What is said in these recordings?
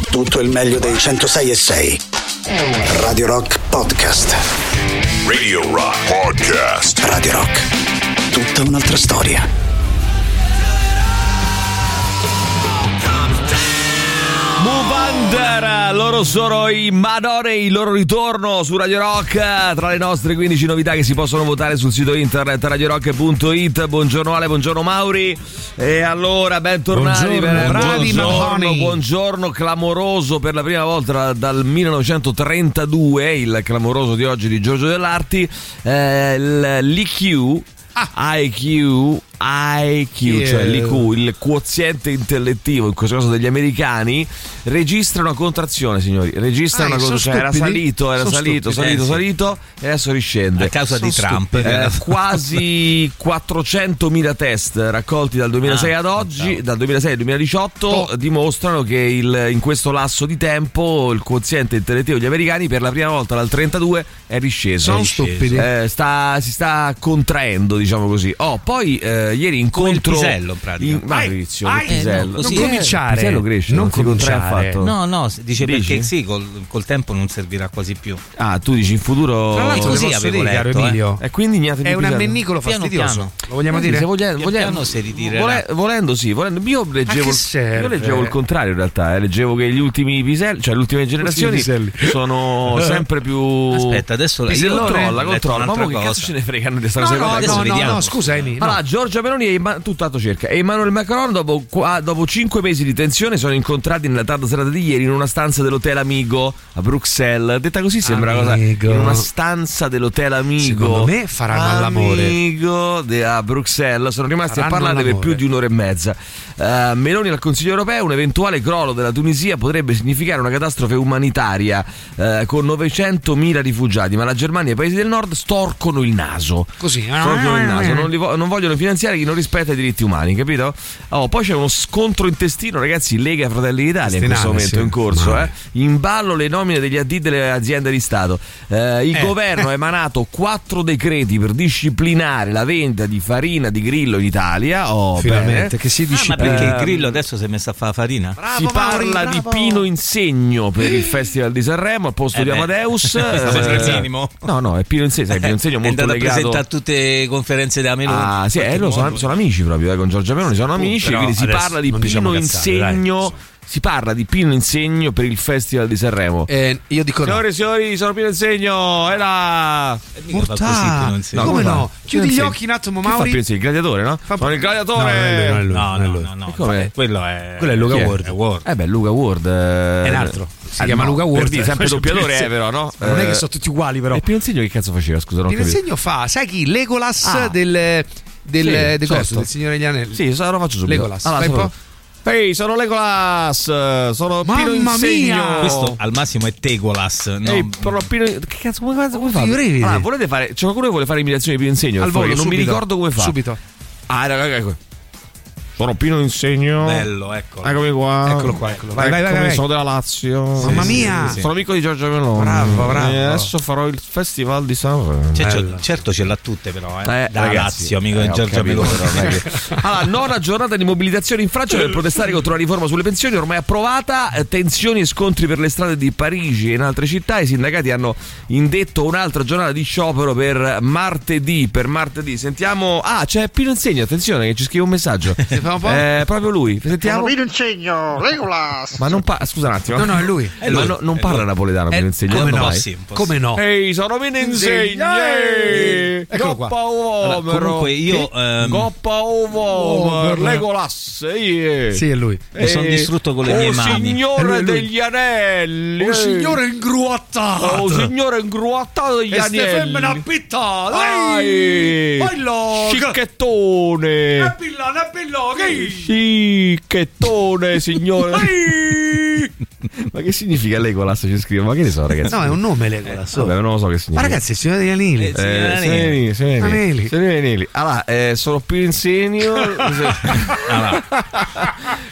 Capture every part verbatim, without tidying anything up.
tutto il meglio dei centosei e sei. Radio Rock Podcast. Radio Rock Podcast. Radio Rock, tutta un'altra storia. Movanda, loro sono i Madore, il loro ritorno su Radio Rock, tra le nostre quindici novità che si possono votare sul sito internet radio rock punto it. Buongiorno Ale, buongiorno Mauri. E allora, bentornati. Buongiorno, per... bravi buongiorno, buongiorno, clamoroso per la prima volta dal millenovecentotrentadue, il clamoroso di oggi di Giorgio Dell'Arti, eh, l'I Q, ah. I Q I Q, yeah. Cioè l'I Q, il quoziente intellettivo, in questo caso degli americani, registra una contrazione, signori. Registra ah, una contrazione. Cioè, era salito, era sono salito, stupidi. salito, salito, e adesso riscende. A causa sono di Trump. Eh, quasi quattrocentomila test raccolti dal duemilasei ah, ad oggi, no. dal duemilasei al duemiladiciotto, oh. dimostrano che il, in questo lasso di tempo il quoziente intellettivo degli americani per la prima volta dal trentadue è risceso. Sono stupidi. Eh, sta, si sta contraendo, diciamo così. Oh, poi eh, ieri incontro il pisello, in pratica. In, Maurizio, il pisello. Eh, no, non cominciare. Il pisello cresce, non, non si contrae affatto. No, no, dice Dici? Perché sì, col, col tempo non servirà quasi più. Ah, tu dici in futuro. Tra l'altro, così posso avevo dire, letto, caro Emilio. Eh. E quindi niente. È un ammennicolo piano fastidioso. piano. Lo vogliamo eh, dire? Se voglia, piano, voglia, piano si ritirerà. vole, volendo sì, volendo. Io leggevo, io leggevo il contrario in realtà, eh. leggevo che gli ultimi piselli, cioè le ultime generazioni sono sempre più. Aspetta, adesso la io controlla, controlla. Ma che cazzo ce ne fregano di questa cosa? No, no, no, scusa Emi. Allora, Giorgia Meloni e tutto atto cerca. E Emmanuel Macron dopo, dopo cinque mesi di tensione sono incontrati nella tarda serata di ieri in una stanza dell'Hotel Amigo a Bruxelles. Detta così sembra una cosa. In una stanza dell'Hotel Amigo. Secondo me faranno l'amore. Amigo de, a Bruxelles. Sono rimasti faranno a parlare l'amore. per più di un'ora e mezza. Uh, Meloni al Consiglio europeo: un eventuale crollo della Tunisia potrebbe significare una catastrofe umanitaria uh, con novecentomila rifugiati, ma la Germania e i paesi del nord storcono il naso. Così, storcono il naso. Non, li vo- non vogliono finanziare chi non rispetta i diritti umani, capito? Oh, poi c'è uno scontro intestino, ragazzi. Lega Fratelli d'Italia in questo momento sì. in corso, eh. In ballo le nomine degli A D delle aziende di Stato. Eh, il eh. governo ha emanato quattro decreti per disciplinare la vendita di farina di grillo in Italia. Oh, finalmente bene. che si Ah, ma disciplina. perché il grillo adesso si è messo a fare farina? Bravo, si parla Mauri, di Pino Insegno per il Festival di Sanremo al posto Eh di beh. Amadeus. il minimo. No, no, è Pino Insegno, Pino Insegno è molto andato legato. a presentare tutte le conferenze della Meloni. Ah, sì, eh, loro sono, sono amici proprio, eh, con Giorgia Meloni sono amici, però quindi si parla di non Pino diciamo cazzate, Insegno. dai. Si parla di Pino Insegno per il Festival di Sanremo. Eh, io dico no. Signore e signori, sono Pino Insegno. E là. Mortà. No, come fa? no? Chiudi Pino gli Insegno. occhi un attimo, Che fa Mauri. Pino Insegno? Il gladiatore, no? Fa- Sono il gladiatore. No, non è lui, No, non è no, lui. no, no. Com'è? Quello è Quello è Luca Chi Ward. È Ward. Eh beh, Luca Ward. È un altro. Si eh, chiama no, Luca Ward. Per dire, sempre doppiatore, eh, però, no? Non è Eh, che sono tutti uguali, però. E Pino Insegno che cazzo faceva? Scusa, non ho Pino capito. Insegno fa, sai chi? Legolas Ah. del del, Sì, del, certo. coso, del Signore degli Anelli. Sì, lo faccio subito. Legolas. Allora, Fai un sono- po'. Ehi, sono Legolas. Sono Mamma Pino Insegno. mia! Questo al massimo è Tegolas. No? Ehi, però Pino, che cazzo come, come, come fa? Figurati. Allora, volete fare? C'è qualcuno che vuole fare imitazione di Pino Insegno? Al Fuori, volo, non mi subito. ricordo come fa. Subito. Ah, raga, ecco. Sono Pino Insegno. Bello, eccolo. Eccomi qua. Eccolo qua, eccolo. Vai, vai, vai, Eccomi, vai. sono della Lazio. Mamma mia. sì, sì. Sono amico di Giorgia Meloni. Bravo, bravo. E adesso farò il Festival di Sanremo. Cioè, Bello. certo ce l'ha tutte però, eh. Eh, da ragazzi, Lazio, amico eh, di ho Giorgia capito, Meloni. però, non è che- Allora, nona giornata di mobilitazione in Francia per protestare contro la riforma sulle pensioni ormai approvata. Eh, Tensioni e scontri per le strade di Parigi e in altre città. I sindacati hanno indetto un'altra giornata di sciopero per martedì. Per martedì sentiamo. Ah, c'è Pino Insegno, attenzione che ci scrive un messaggio. fa un po'? Eh, proprio lui. Sentiamo. Pino Insegno, Legolas. Ma non parla. Scusa un attimo. No, no, è lui. È Ma lui. no- non È parla lui. napoletano Pino Eh, Insegno. come non no? mai. Sì, un po' Come no? Ehi, sono Pino Insegno. Ehi, Eccolo qua. Goppa Allora, Uomer. comunque io Che? ehm, Goppa Uomer. Legolas. Ehi. Sì, è lui. mi sono distrutto con le mie oh, mani. È Signore lui, è lui. degli anelli. Un signore ingruattato. Oh, signore ingruattato degli E ste anelli. femmine appittate. Dai. Quello. Scicchettone. È pillone, è pillone. Scicchettone, signore. Ma che significa Legolas? Ci scrive. Ma che ne so, ragazzi? No, è un nome Legolas. Vabbè, non lo so che Ma significa. ragazzi, il Signore degli Anelli. Eh, Signore Eh, Anelli. Signori, signori, Anelli. signori Anelli. Allora, eh, sono più insegno. Allora,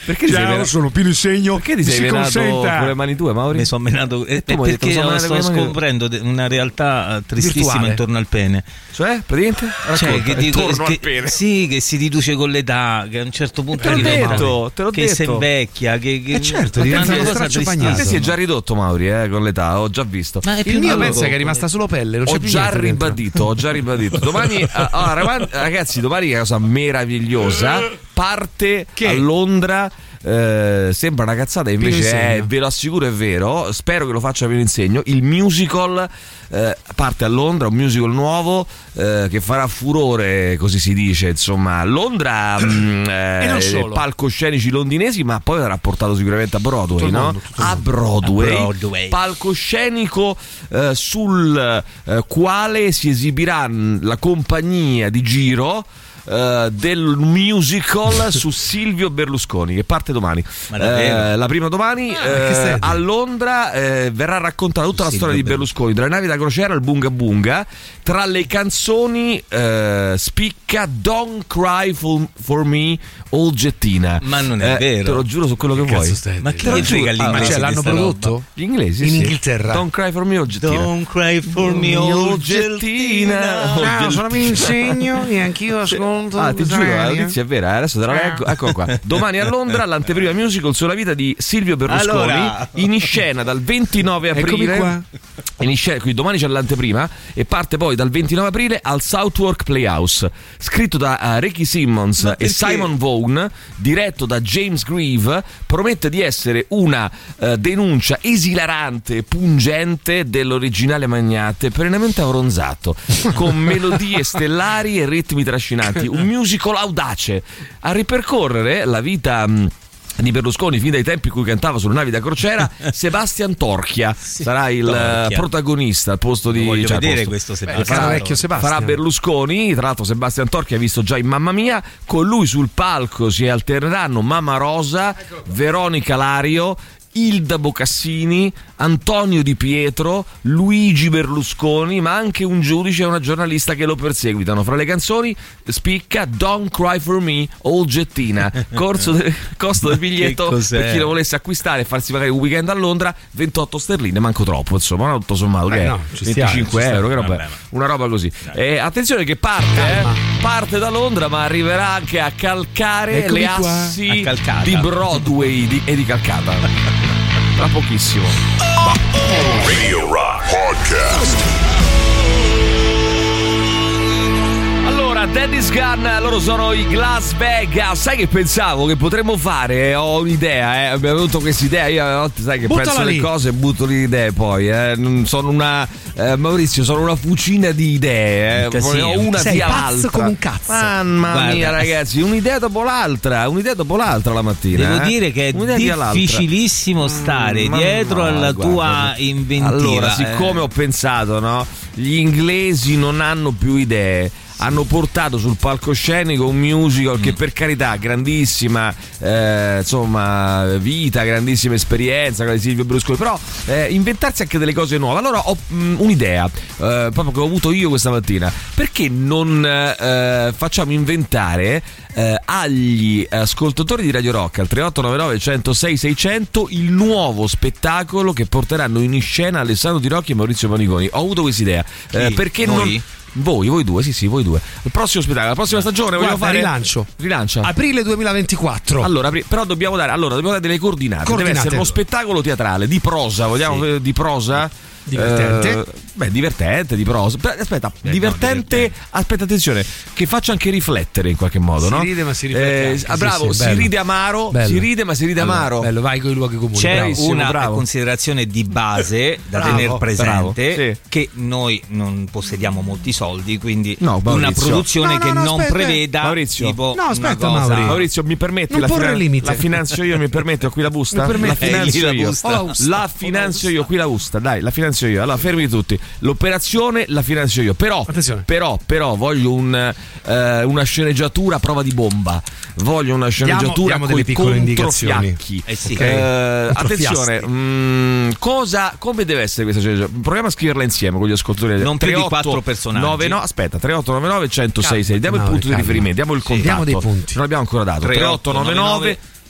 Perché ti sei Ciao, mena- sono Pino Insegno. Perché ti mi sei si menato consenta. con le mani tue, Mauri? Mi sono menato eh, tu mi hai detto, perché sono sto le mani- scoprendo de- una realtà eh, tristissima Virtuale. intorno al pene. Cioè, praticamente? Cioè, Racconta, che dico intorno al che, pene. sì, che si riduce con l'età, che a un certo punto Te l'ho arriva- detto, te l'ho che detto. si invecchia, che, che Eh certo, ma diventa è una uno cosa straccio tristissima. Te si è già ridotto, Mauri, eh, con l'età, ho già visto. Ma è più Il mio lungo. pensa che è rimasta solo pelle. Non c'è Ho più già niente dentro. ribadito, ho già ribadito. Domani, eh, allora, ragazzi, domani è una cosa meravigliosa. Parte Che? a Londra. Eh, sembra una cazzata, invece Pino è, Insegno. ve lo assicuro, è vero. Spero che lo faccia Pino Insegno. Il musical eh, parte a Londra, un musical nuovo eh, che farà furore, così si dice. Insomma, Londra, mh, eh, E non solo. palcoscenici londinesi, ma poi verrà portato sicuramente a Broadway, Tutto il no? mondo, tutto il A mondo. Broadway, A Broadway. palcoscenico eh, sul eh, quale si esibirà la compagnia di giro eh, del musical su Silvio Berlusconi, che parte domani. Ma davvero? Eh, la prima domani Ah, che stai eh, a dire? a Londra eh, verrà raccontata tutta la Silvio storia di Berlusconi, dalle navi da crociera al bunga bunga. Tra le canzoni eh, spicca Don't Cry for, for Me, Old Gettina. Ma non è Eh, vero. Te lo giuro su quello che, Che vuoi. cazzo stai a Ma dire? chi lo gli frega giuro. Ah, Ma l'inglese cioè, di l'hanno sta prodotto? roba? Gli inglesi, In sì. Inghilterra. Don't Cry for Me, Old Gettina. Don't cry for me, old Gettina. Ah, sono Pino Insegno e anch'io ascolto. Ah, ti questa giuro, la radio. notizia è vera, eh, adesso te la leggo. Ecco qua. Domani a Londra l'anteprima musical sulla vita di Silvio Berlusconi, Allora. in scena dal ventinove Eccomi aprile. qua. In scena, qui domani c'è l'anteprima e parte poi dal ventinove aprile al Southwark Playhouse. Scritto da uh, Ricky Simmons e perché? Simon Vaughan, diretto da James Grieve, promette di essere una uh, denuncia esilarante e pungente dell'originale magnate perennemente abbronzato, con melodie stellari e ritmi trascinanti. Un musical audace a ripercorrere la vita mh, di Berlusconi fin dai tempi in cui cantava sulle navi da crociera. Sebastian Torchia sarà il Torchia. eh, protagonista al posto di Voglio cioè, al vedere posto- questo Beh, Sebastiano. il caro vecchio Sebastian. farà Berlusconi. Tra l'altro Sebastian Torchia ha visto già in Mamma Mia. Con lui sul palco si alterneranno Mamma Rosa, Veronica Lario, Ilda Bocassini, Antonio Di Pietro, Luigi Berlusconi, ma anche un giudice e una giornalista che lo perseguitano. Fra le canzoni spicca Don't Cry for Me, Old Gettina. Corso de- costo del biglietto Che cos'è? per chi lo volesse acquistare e farsi magari un weekend a Londra, ventotto sterline, manco troppo, insomma, tutto sommato, che Eh è no, ci stiamo, venticinque ci stiamo. euro, che roba è? Vabbè, ma- Una roba così. E attenzione che parte, eh, parte da Londra, ma arriverà anche a calcare Eccomi le qua. assi A Calcata. di Broadway di- e di Calcata. Tra pochissimo. Radio Rock Podcast. Allora, Daddy's Gun, loro sono i Glass Bag. Sai che pensavo che potremmo fare? Ho un'idea, eh. Abbiamo avuto questa idea. Io a volte sai che Buttala penso le lì. cose e butto le idee poi. Eh. Non sono una eh, Maurizio, sono una fucina di idee. Eh. Casino. Ho una Sei via pazzo l'altra. come un cazzo. Mamma Guarda. mia, ragazzi, un'idea dopo l'altra, un'idea dopo l'altra la mattina. Devo eh. dire che è Un'idea via l'altra. difficilissimo stare Mm, dietro ma no, alla guarda. tua inventiva. Allora, siccome eh. ho pensato, no? Gli inglesi non hanno più idee. Hanno portato sul palcoscenico un musical che, per carità, grandissima eh, insomma vita, grandissima esperienza, quella di Silvio Berlusconi, però eh, inventarsi anche delle cose nuove. Allora ho mh, un'idea, eh, proprio che ho avuto io questa mattina. Perché non eh, facciamo inventare eh, agli ascoltatori di Radio Rock al tre otto nove nove uno zero sei sei zero zero il nuovo spettacolo che porteranno in scena Alessandro Di Rocchi e Maurizio Paniconi? Ho avuto questa idea. Eh, perché Noi? non Voi, voi due, sì, sì, voi due. Il prossimo spettacolo, la prossima stagione vogliamo Guarda, fare. rilancio. Rilancia. Aprile duemilaventiquattro. Allora, apri- però dobbiamo dare, allora, dobbiamo dare delle coordinate. Deve Coordinate, essere uno allora. spettacolo teatrale di prosa, vogliamo eh, di prosa? Divertente. Eh, beh, divertente, di prosa. Beh, aspetta, no, divertente, divertente. aspetta, attenzione, che faccia anche riflettere in qualche modo, Si no? ride, ma si riflette Eh, anche, ah, sì, bravo, sì, si bello. ride amaro, Bello. si ride, ma si ride Allora, amaro. bello, vai con i luoghi comuni. C'è Bravissimo, una bravo. considerazione di base da Bravo, tenere presente, bravo, sì. che noi non possediamo molti soldi, quindi No, una Maurizio. produzione No, no, che no, non aspetta. preveda Maurizio. tipo No, aspetta, una cosa. Mauri. Maurizio, mi permetti Non la, porre limite. la finanzio io, mi permetti, ho qui la busta? Mi permetti. La finanzio Eh, lì la io. busta. Ho la busta. La finanzio io, qui la busta, dai, la finanzio io. Allora, fermi tutti. L'operazione la finanzio io. Però, Attenzione. però, però voglio un, eh, una sceneggiatura a prova di bomba. Voglio una sceneggiatura diamo con delle i piccole indicazioni. controfiacchi. Eh sì. Ok. Eh, attenzione, Controfiasti. mm, cosa, come deve essere questa sceneggiatura? Proviamo a scriverla insieme con gli ascoltatori. Non più di tre otto quattro personaggi. nove, no, aspetta, tre otto nove nove uno zero sei sei. Diamo il Calma, punto di calma. riferimento, diamo il Sì. contatto. Diamo dei punti. Non abbiamo ancora dato. tre otto nove nove uno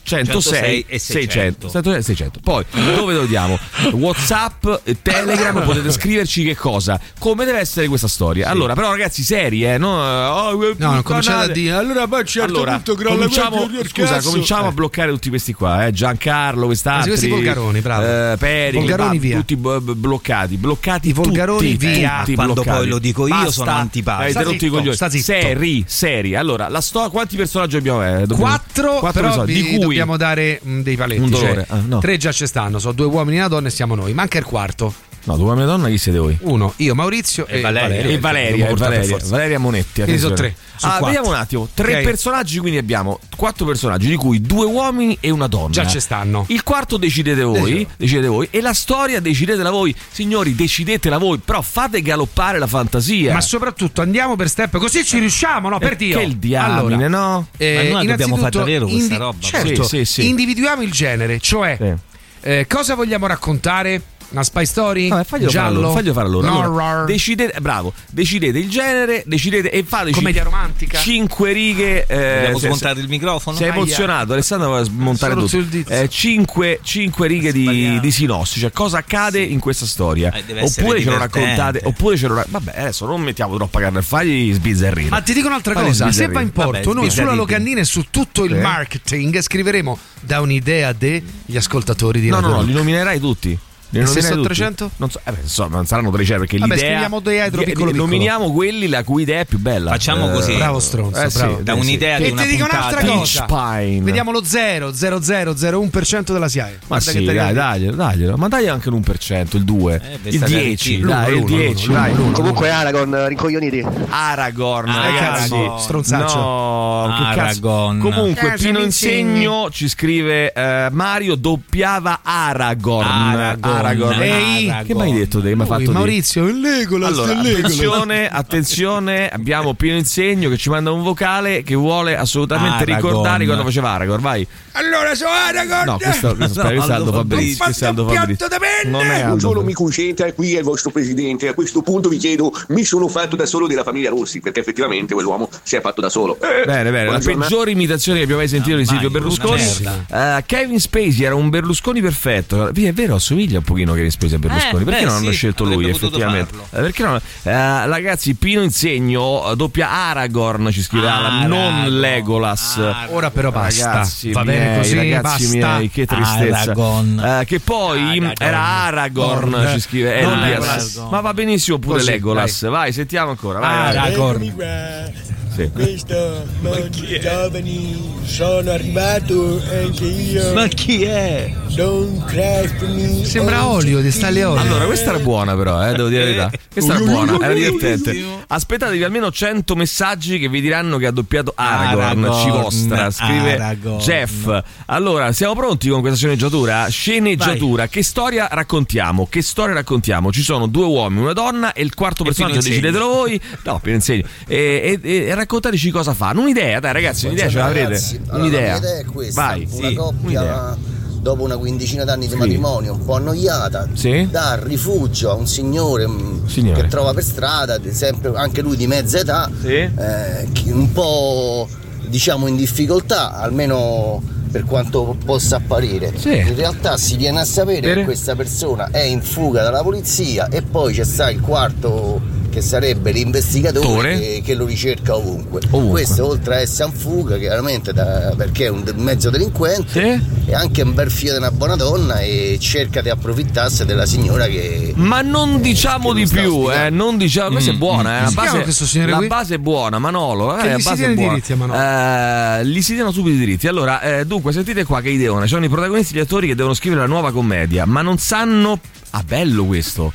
centosei e seicento. centosei e seicento. Poi dove lo diamo? WhatsApp, Telegram, potete scriverci che cosa, come deve essere questa storia. Sì. Allora, però ragazzi, seri, eh, no, oh, no, non cominciate a dire. Allora poi a un certo allora, punto crolla cominciamo, scusa, cazzo. cominciamo eh. a bloccare tutti questi qua, eh, Giancarlo, quest'altri. Questi volgaroni, bravo. Eh, Peri, volgaroni, via. tutti b- b- bloccati, bloccati i volgaroni, tutti, via. tutti Quando bloccati. poi lo dico io Basta, sono antipatico. hai interrotto i coglioni. sta zitto. Seri, seri. Allora, la storia, quanti personaggi abbiamo? Eh, dobbiamo, Quattro, quattro però personaggi, vi di cui dobbiamo dare mh, dei paletti. un dolore. Cioè, ah, no. Tre già ci stanno, sono due uomini e una donna e siamo noi. Manca il quarto. No, due uomini e una donna, chi siete voi? Uno, io, Maurizio e, E Valeria. Valeria. E Valeria, Dobbiamo e portare per Valeria, forza. Valeria Monetti. Quindi sono attenzione. tre, su Ah, quattro. vediamo un attimo. Tre Ok. personaggi, quindi abbiamo quattro personaggi, di cui due uomini e una donna. Già ci stanno. Il quarto decidete voi, decidete voi, e la storia decidetela voi. Signori, decidetela voi, però fate galoppare la fantasia. Ma soprattutto andiamo per step, così ci riusciamo, no? Per Dio. Che il diamine, allora, no? eh, Ma noi dobbiamo far innanzitutto davvero questa indi- roba. Certo, Sì, sì, sì. individuiamo il genere, cioè Sì. eh, cosa vogliamo raccontare? Una spy story? Vabbè, faglielo fare Giallo? loro, faglielo fare loro. Allora, Horror? decidete, bravo, decidete il genere, decidete e fateci Commedia romantica? cinque righe. Eh, Dobbiamo se- smontare il microfono? Sei Aia. emozionato, Alessandro va a smontare Solo tutto. sul dito. Eh, cinque, cinque righe di, Sbagliato. di sinossi, cioè cosa accade in questa storia. Eh, deve essere oppure ce lo divertente. raccontate, oppure ce lo ra- vabbè, adesso non mettiamo troppa carne, fagli sbizzarrire. Ma ti dico un'altra Fagli cosa, se sbizzarrire. va in porto, Vabbè, noi sulla sbizzarrite. locandina e su tutto il Sì. marketing scriveremo da un'idea degli ascoltatori di No, Radio no, no, Rock. li nominerai tutti. Li E se nominerai sono tutti? trecento? Non so, eh beh, insomma, non saranno trecento perché Vabbè, l'idea scriviamo dietro, di- piccolo, di- piccolo. nominiamo quelli la cui idea è più bella. Facciamo così. Bravo stronzo, Eh, sì, bravo. Da eh, sì. un'idea di E una ti dico puntata. un'altra cosa. Pine. Vediamo lo zero virgola zero zero zero uno per cento della S I A E. Ma Guarda sì, che te- dai, daglielo, daglielo. Ma dai anche l'uno per cento, il due, Eh, beh, il state dieci, arricchiti. dai, L'uno, il dieci, l'uno, dai. l'uno. Comunque Aragorn, rincoglioniti. Aragorn, Ah, ragazzi. cazzo, stronzaccio. No, che cazzo. Aragorn. Comunque, Cazzo, Pino mi Insegno ci scrive eh, Mario doppiava Aragorn. Aragorn. Ehi, che mi hai detto te? Che mi ha Lui, fatto dire? Maurizio, il Legolas, Allora, il Legolas. attenzione, attenzione, abbiamo Pino Insegno che ci manda un vocale che vuole assolutamente Aragorn. ricordare quando faceva Aragorn, vai. Allora, sono Aragorn. No, questo, questo, No, questo è Aldo Aldo Fabrizi, Fabrizi. questo è Aldo Un piatto Fabrizi. da penne. Non è Aldo Buongiorno Fabrizi. amico Ucenta, qui è il vostro presidente. A questo punto vi chiedo, mi sono fatto da solo della famiglia Rossi, perché effettivamente quell'uomo si è fatto da solo. Eh, Bene, bene, la buongiorno. peggiore imitazione che abbiamo mai sentito di Mai, Silvio una Berlusconi. merda. Eh, Kevin Spacey era un Berlusconi perfetto. Sì, è vero, assomiglia un pochino Kevin Spacey a Berlusconi. Eh, perché beh, non hanno sì, scelto lui, avrebbe potuto effettivamente? farlo. Eh, perché no? Eh, ragazzi, Pino Insegno, doppia Aragorn, ci scrive Alan, non Aragorn. Legolas. Aragorn. Ora però basta. Ragazzi Va bene miei, così, ragazzi basta. miei, che tristezza. Aragorn. Eh, che poi Aragorn. era Aragorn, Gorn. ci scrive Non Elias. Legolas. Ma va benissimo pure Così, Legolas. Vai. sentiamo ancora. Vai, vai. Aragorn. Sì. Questo molti giovani sono arrivato anche io. Ma chi è? Don't craft me. Sembra olio di stalle olio. Allora, questa era buona, però, eh, devo dire la verità. Questa era buona, era divertente. Aspettatevi almeno cento messaggi che vi diranno che ha doppiato Aragorn. Aragorn, Ci vostra, scrive Aragorn. Jeff. Allora, siamo pronti con questa sceneggiatura? Sceneggiatura. Che storia raccontiamo? Che storia raccontiamo? Ci sono due uomini, una donna e il quarto personaggio, Pino Insegno. decidetelo voi. No, Pino Insegno. E, e, e raccontateci cosa fanno. Un'idea, dai ragazzi, un'idea ce l'avrete. Ragazzi, allora, Un'idea. la mia idea è questa, Vai. una Sì, coppia un'idea. dopo una quindicina d'anni di Sì. matrimonio un po' annoiata Sì. dà rifugio a un signore, mh, Signore. che trova per strada, sempre anche lui di mezza età, Sì. eh, che un po' diciamo in difficoltà, almeno per quanto possa apparire. Sì. In realtà si viene a sapere Bene. che questa persona è in fuga dalla polizia e poi c'è sta il quarto che sarebbe l'investigatore Tore. che, che lo ricerca ovunque. Ovunque. Questo oltre a essere in fuga chiaramente da- perché è un de- mezzo delinquente, Sì. è anche un bel figlio di una buona donna e cerca di approfittarsi della signora che Ma non diciamo che di non sta più, ospitando. eh, non diciamo, questa è buona, eh, la Si chiama base, questo signore la qui? base è buona, Manolo, eh, Che la gli si base diano è i buona. diritti a Manolo? Eh, gli si diano subito i diritti. Allora, eh, dunque, sentite qua che ideone, ci sono i protagonisti, gli attori che devono scrivere la nuova commedia, ma non sanno. Ah, bello questo.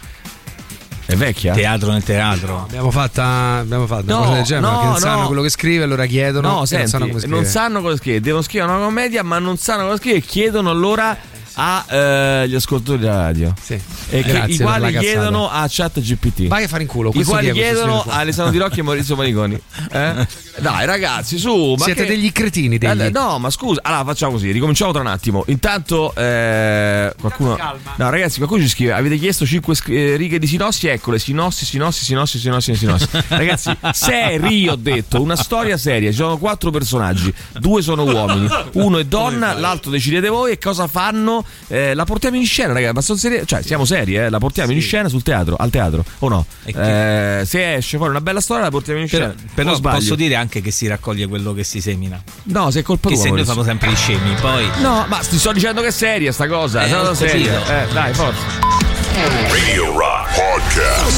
È vecchia? Teatro nel teatro. Abbiamo fatta, abbiamo fatto una No, cosa del genere, no, perché non sanno no. quello che scrive, allora chiedono No, e senti, non sanno come scrivere. non sanno cosa scrivere, devono scrivere una commedia, ma non sanno cosa scrivere e chiedono allora agli ascoltatori della radio. Sì. E che, Grazie i per la quali cazzata. chiedono a ChatGPT. Vai a fare in culo. I questo quali chi è questo chiedono signore qua? a Alessandro Di Rocchi e Maurizio Maniconi. Eh? Dai ragazzi, su, ma siete che... degli cretini degli... eh, no, ma scusa, allora facciamo così, ricominciamo tra un attimo. Intanto eh, qualcuno no ragazzi, qualcuno ci scrive: avete chiesto cinque scri- righe di sinossi, eccole, sinossi, sinossi, sinossi, sinossi, sinossi. Ragazzi, seri, ho detto, una storia seria. Ci sono quattro personaggi, due sono uomini, uno è donna, l'altro decidete voi. E cosa fanno? Eh, la portiamo in scena, ragazzi, ma sono serie, cioè siamo seri, eh? La portiamo sì. in scena sul teatro, al teatro, o no? Che... Eh, se esce fuori una bella storia la portiamo in scena. Però, però posso dire anche che si raccoglie quello che si semina. No, se è colpa tua. Che se noi fanno sempre i scemi, poi. No, ma ti sto dicendo che è seria sta cosa. Eh, è seria. Eh, dai, forza. Radio Rock Podcast.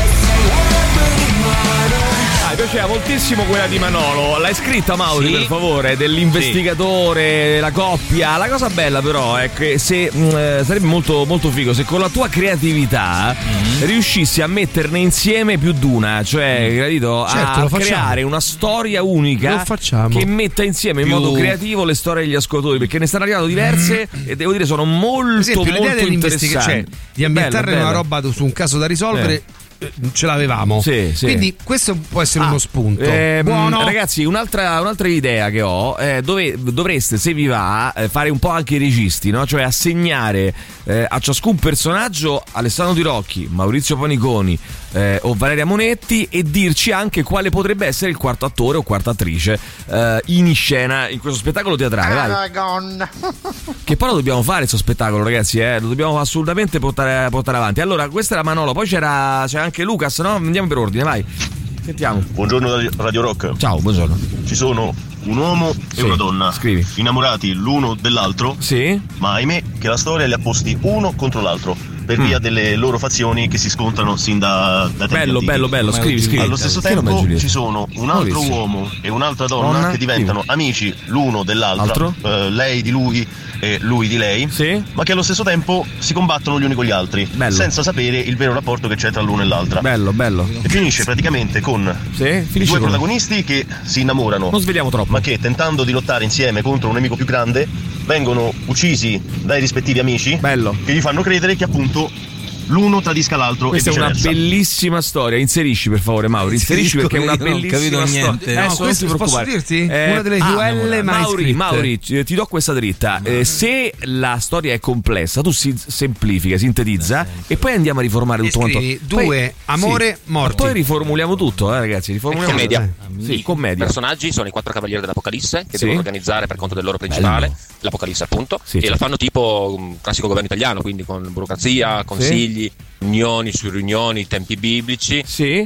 Mi piaceva moltissimo quella di Manolo. L'hai scritta, Mauri, sì. per favore? Dell'investigatore, sì. La coppia. La cosa bella però è che se mh, sarebbe molto, molto figo se con la tua creatività mm. riuscissi a metterne insieme più d'una. Cioè, capito? Certo, a creare una storia unica che metta insieme più... in modo creativo le storie degli ascoltatori. Perché ne stanno arrivando diverse mm. e devo dire sono molto, esempio, molto interessanti. Cioè, di ambientare una roba su un caso da risolvere. Eh. Ce l'avevamo, sì, sì. Quindi questo può essere ah, uno spunto. Eh, Buono. Ragazzi, un'altra, un'altra idea che ho, eh, dove dovreste, se vi va, eh, fare un po' anche i registi, no? Cioè assegnare eh, a ciascun personaggio Alessandro Di Rocchi, Maurizio Paniconi eh, o Valeria Monetti, e dirci anche quale potrebbe essere il quarto attore o quarta attrice eh, in scena in questo spettacolo teatrale. Vai. Che poi lo dobbiamo fare questo spettacolo, ragazzi, eh? Lo dobbiamo assolutamente portare, portare avanti. Allora, questa era Manolo, poi c'era, c'era anche Lucas, no? Andiamo per ordine, vai. Sentiamo. Buongiorno Radio Rock. Ciao, buongiorno. Ci sono un uomo sì. e una donna. Scrivi. Innamorati l'uno dell'altro. Sì. Ma ahimè che la storia li ha posti uno contro l'altro per mm. via delle loro fazioni che si scontrano sin da, da tempi bello, antichi. bello, bello, scrivi, scrivi. Allo stesso tempo ci sono un altro Maurizio. uomo e un'altra donna, donna che diventano scrivi. amici l'uno dell'altro, eh, lei di lui e lui di lei, sì. ma che allo stesso tempo si combattono gli uni con gli altri, bello. senza sapere il vero rapporto che c'è tra l'uno e l'altra. Bello, bello. E finisce praticamente con sì, i due protagonisti che si innamorano, non sveliamo troppo, ma che tentando di lottare insieme contro un nemico più grande vengono uccisi dai rispettivi amici, bello. che gli fanno credere che appunto l'uno tradisca l'altro. Questa e è una bellissima storia. Inserisci per favore, Mauri. Inserisci perché è una bellissima storia. No, questo posso dirti? Eh, una delle più ah, mai Mauri, scritte. Mauri, ti do questa dritta. Eh, se la storia è complessa, tu si semplifica, sintetizza eh, e poi andiamo a riformare tutto quanto. Due, poi, amore, sì, morti. Poi riformuliamo tutto, eh, ragazzi. Riformuliamo commedia. Tutto. Sì, commedia. I personaggi sono i quattro cavalieri dell'Apocalisse che sì. devono organizzare per conto del loro principale, bello. l'Apocalisse appunto, sì, e sì. la fanno tipo un classico governo italiano, quindi con burocrazia, consigli, sì. riunioni su riunioni, tempi biblici. Sì.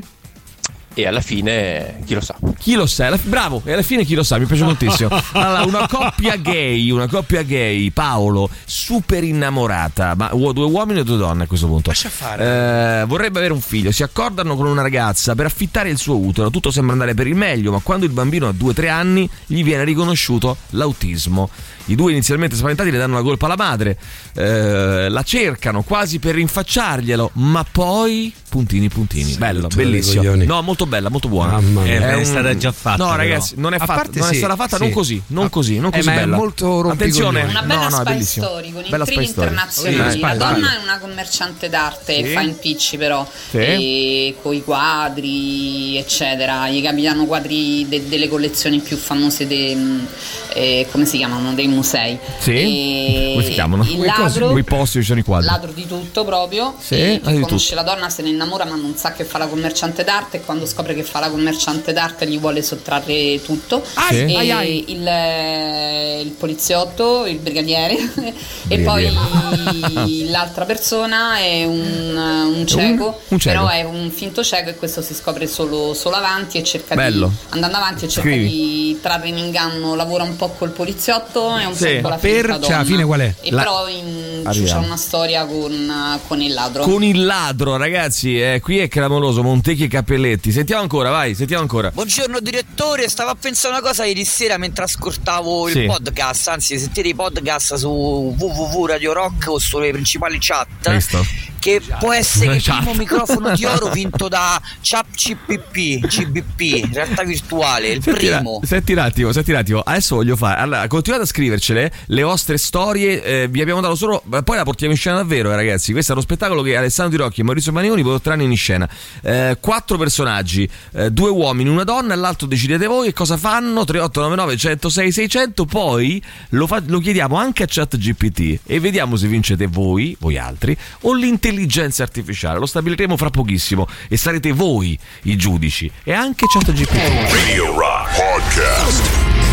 E alla fine chi lo sa? Chi lo sa? Bravo, e alla fine chi lo sa? Mi piace moltissimo. Allora, una coppia gay, una coppia gay, Paolo, super innamorata, ma due uomini e due donne a questo punto. Lascia fare. Eh, vorrebbe avere un figlio, si accordano con una ragazza per affittare il suo utero. Tutto sembra andare per il meglio, ma quando il bambino ha due tre anni gli viene riconosciuto l'autismo. I due inizialmente spaventati le danno la colpa alla madre, eh, la cercano quasi per rinfacciarglielo, ma poi puntini puntini, sì, bello, bellissimo. No, molto bella, molto buona. Eh, è, è un... stata già fatta. No, però. ragazzi, non è fatta, non sì, è stata fatta, sì. non così, non così, non eh, così ma bella. È molto attenzione, una bella no, no, spy story con bella intrighi internazionali. Sì, la donna è una commerciante d'arte, sì. fa impicci però, sì. e coi quadri, eccetera. Gli capitano quadri de- delle collezioni più famose de, eh, come si chiamano, dei musei. Sì. E come si chiamano? Il ladro, quei posti ci sono i quadri. Ladro di tutto proprio. Sì, e ah, conosce tutto. la donna, se ne innamora, ma non sa che fa la commerciante d'arte, e quando scopre che fa la commerciante d'arte gli vuole sottrarre tutto. Ah, sì. E ai, ai. Il, il poliziotto, il brigadiere, e poi l'altra persona è un, un cieco, un, un cieco, però è un finto cieco, e questo si scopre solo, solo avanti, e cerca bello. di andando avanti e cerca Scrivi. di trarre in inganno, lavora un po' col poliziotto e un sì. po' con la per cioè, alla fine qual è? E la... però in, c'è una storia con, con il ladro. Con il ladro, ragazzi, eh, qui è clamoroso, Montecchi e Cappelletti. Sentiamo ancora, vai, sentiamo ancora. Buongiorno direttore, stavo a pensare una cosa ieri sera mentre ascoltavo sì. il podcast, anzi sentite i podcast su w w w punto radio rock o sulle principali chat. Visto? che può essere il primo microfono di oro vinto da ChatGPT, C B P, realtà virtuale, il senti, primo. Senti un attimo, senti un attimo, adesso voglio fare. Allora, continuate a scrivercele le vostre storie, eh, vi abbiamo dato solo, poi la portiamo in scena davvero, eh, ragazzi. Questo è uno spettacolo che Alessandro Di Rocchi e Maurizio Manioni porteranno in scena. Eh, quattro personaggi, eh, due uomini, una donna, e l'altro decidete voi e cosa fanno. tre otto nove nove uno zero sei sei zero zero. Poi lo, fa- lo chiediamo anche a ChatGPT e vediamo se vincete voi, voi altri, o l'intelligenza artificiale. Lo stabiliremo fra pochissimo e sarete voi i giudici e anche ChatGPT. Radio Rock Podcast.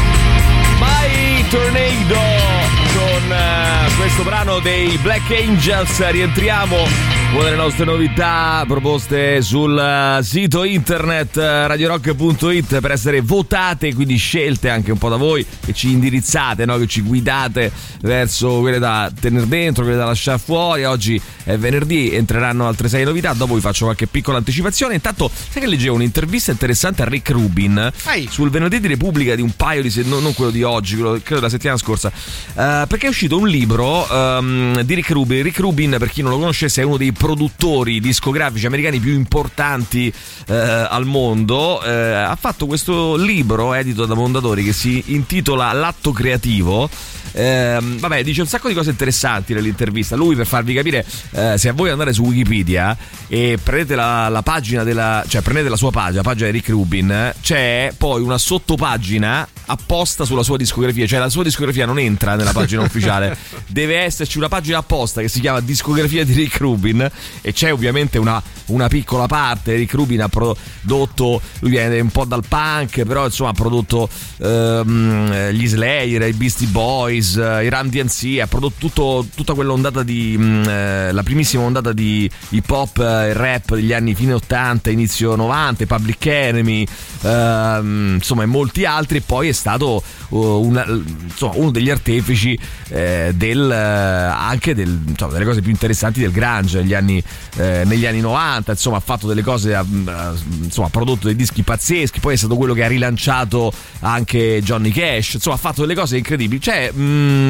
My Tornado con uh, questo brano dei Black Angels. Rientriamo con le nostre novità proposte sul uh, sito internet uh, radio rock punto it per essere votate, quindi scelte anche un po' da voi, che ci indirizzate, no? Che ci guidate verso quelle da tenere dentro, quelle da lasciare fuori. Oggi è venerdì, entreranno altre sei novità, dopo vi faccio qualche piccola anticipazione. Intanto, sai che leggevo un'intervista interessante a Rick Rubin Ehi. sul Venerdì di Repubblica di un paio di se- no, non quello di oggi, quello credo della settimana scorsa, uh, perché è uscito un libro um, di Rick Rubin. Rick Rubin, per chi non lo conoscesse, è uno dei produttori discografici americani più importanti uh, al mondo. Uh, ha fatto questo libro edito da Mondadori che si intitola L'atto creativo. Eh, vabbè, dice un sacco di cose interessanti nell'intervista. Lui, per farvi capire, eh, se a voi andare su Wikipedia e prendete la, la pagina della, cioè prendete la sua pagina, la pagina di Rick Rubin, c'è poi una sottopagina apposta sulla sua discografia, cioè la sua discografia non entra nella pagina ufficiale, deve esserci una pagina apposta che si chiama discografia di Rick Rubin, e c'è ovviamente una, una piccola parte. Rick Rubin ha prodotto, lui viene un po' dal punk, però insomma ha prodotto ehm, gli Slayer, i Beastie Boys, i Run D M C, ha prodotto tutto, tutta quell'ondata di eh, la primissima ondata di hip hop e rap degli anni fine ottanta, inizio novanta, Public Enemy, ehm, insomma, e molti altri. E poi è stato uh, una, insomma, uno degli artefici eh, del uh, anche del, insomma, delle cose più interessanti del grunge negli anni, eh, negli anni novanta. Insomma, ha fatto delle cose, uh, insomma, ha prodotto dei dischi pazzeschi. Poi è stato quello che ha rilanciato anche Johnny Cash. Insomma, ha fatto delle cose incredibili. Cioè, mh,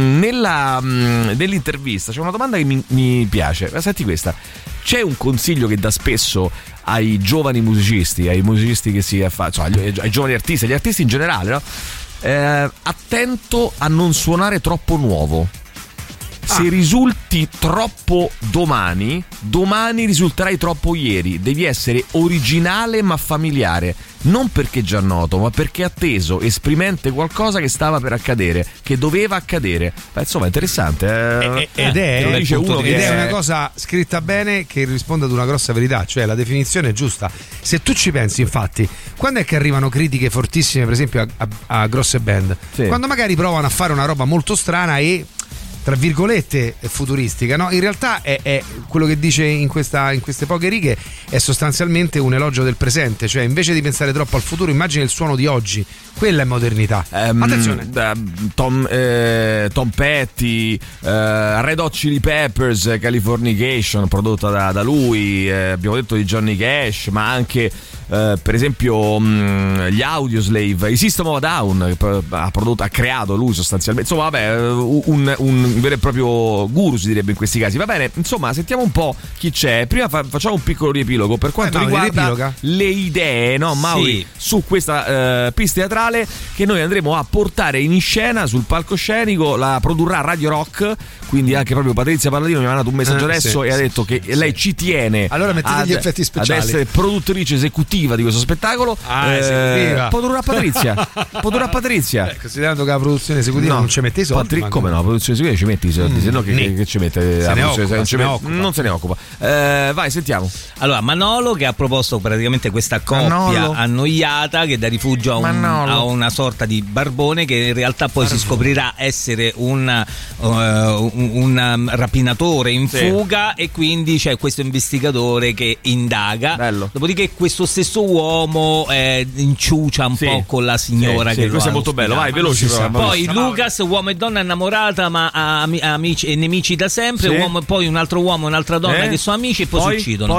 nella mh, nell'intervista c'è una domanda che mi, mi piace. Senti questa: c'è un consiglio che dà spesso ai giovani musicisti, ai musicisti che si affacciano, ai, ai giovani artisti, agli artisti in generale, no? Eh, attento a non suonare troppo nuovo. Se ah. risulti troppo domani, domani risulterai troppo ieri. Devi essere originale ma familiare. Non perché già noto, ma perché atteso, esprimente qualcosa che stava per accadere, che doveva accadere. Beh, insomma, è interessante. Eh? Ed è, eh, dice uno ed che è una cosa scritta bene, che risponde ad una grossa verità, cioè la definizione è giusta. Se tu ci pensi, infatti, quando è che arrivano critiche fortissime, per esempio, a, a, a grosse band? Sì. Quando magari provano a fare una roba molto strana e, tra virgolette, futuristica, no? In realtà è, è quello che dice in, questa, in queste poche righe è sostanzialmente un elogio del presente, cioè invece di pensare troppo al futuro, immagina il suono di oggi. Quella è modernità. Um, Attenzione, Tom, eh, Tom Petty, eh, Red Hot Chili Peppers, Californication, prodotta da, da lui. Eh, abbiamo detto di Johnny Cash, ma anche Uh, per esempio mh, gli Audioslave, i System of a Down, ha prodotto, ha creato lui sostanzialmente. Insomma, vabbè, un, un vero e proprio guru si direbbe in questi casi. Va bene, insomma, sentiamo un po' chi c'è. Prima fa, facciamo un piccolo riepilogo per quanto eh, riguarda le idee, no, Mauri, sì, su questa uh, pista teatrale che noi andremo a portare in scena sul palcoscenico. La produrrà Radio Rock, quindi anche proprio Patrizia Palladino mi ha mandato un messaggio eh, adesso sì, e ha detto che sì, lei ci tiene allora mettete ad, gli effetti speciali, ad essere produttrice esecutiva di questo spettacolo. Ah, eh, produrrà Patrizia. Produrrà Patrizia. Eh, considerando che la produzione esecutiva no, non ci mette i soldi. Patri- come no? La produzione esecutiva ci mette i soldi, mm, se no che, che, che ci mette? Se ne occupa, non, se ne occupa. non se ne occupa. Eh, vai, sentiamo. Allora, Manolo che ha proposto praticamente questa coppia Manolo. annoiata che dà rifugio a, un, a una sorta di barbone che in realtà poi Barbone. si scoprirà essere un, uh, un, un rapinatore in sì. fuga, e quindi c'è questo investigatore che indaga. Bello. Dopodiché questo stesso uomo eh, inciucia un sì. po' con la signora sì, che sì, questo è molto bello. Vai, veloci. Poi Lucas, uomo e donna innamorata ma amici e nemici da sempre. Sì. Uomo e poi un altro uomo e un'altra donna eh? che sono amici e poi, poi si uccidono. Poi?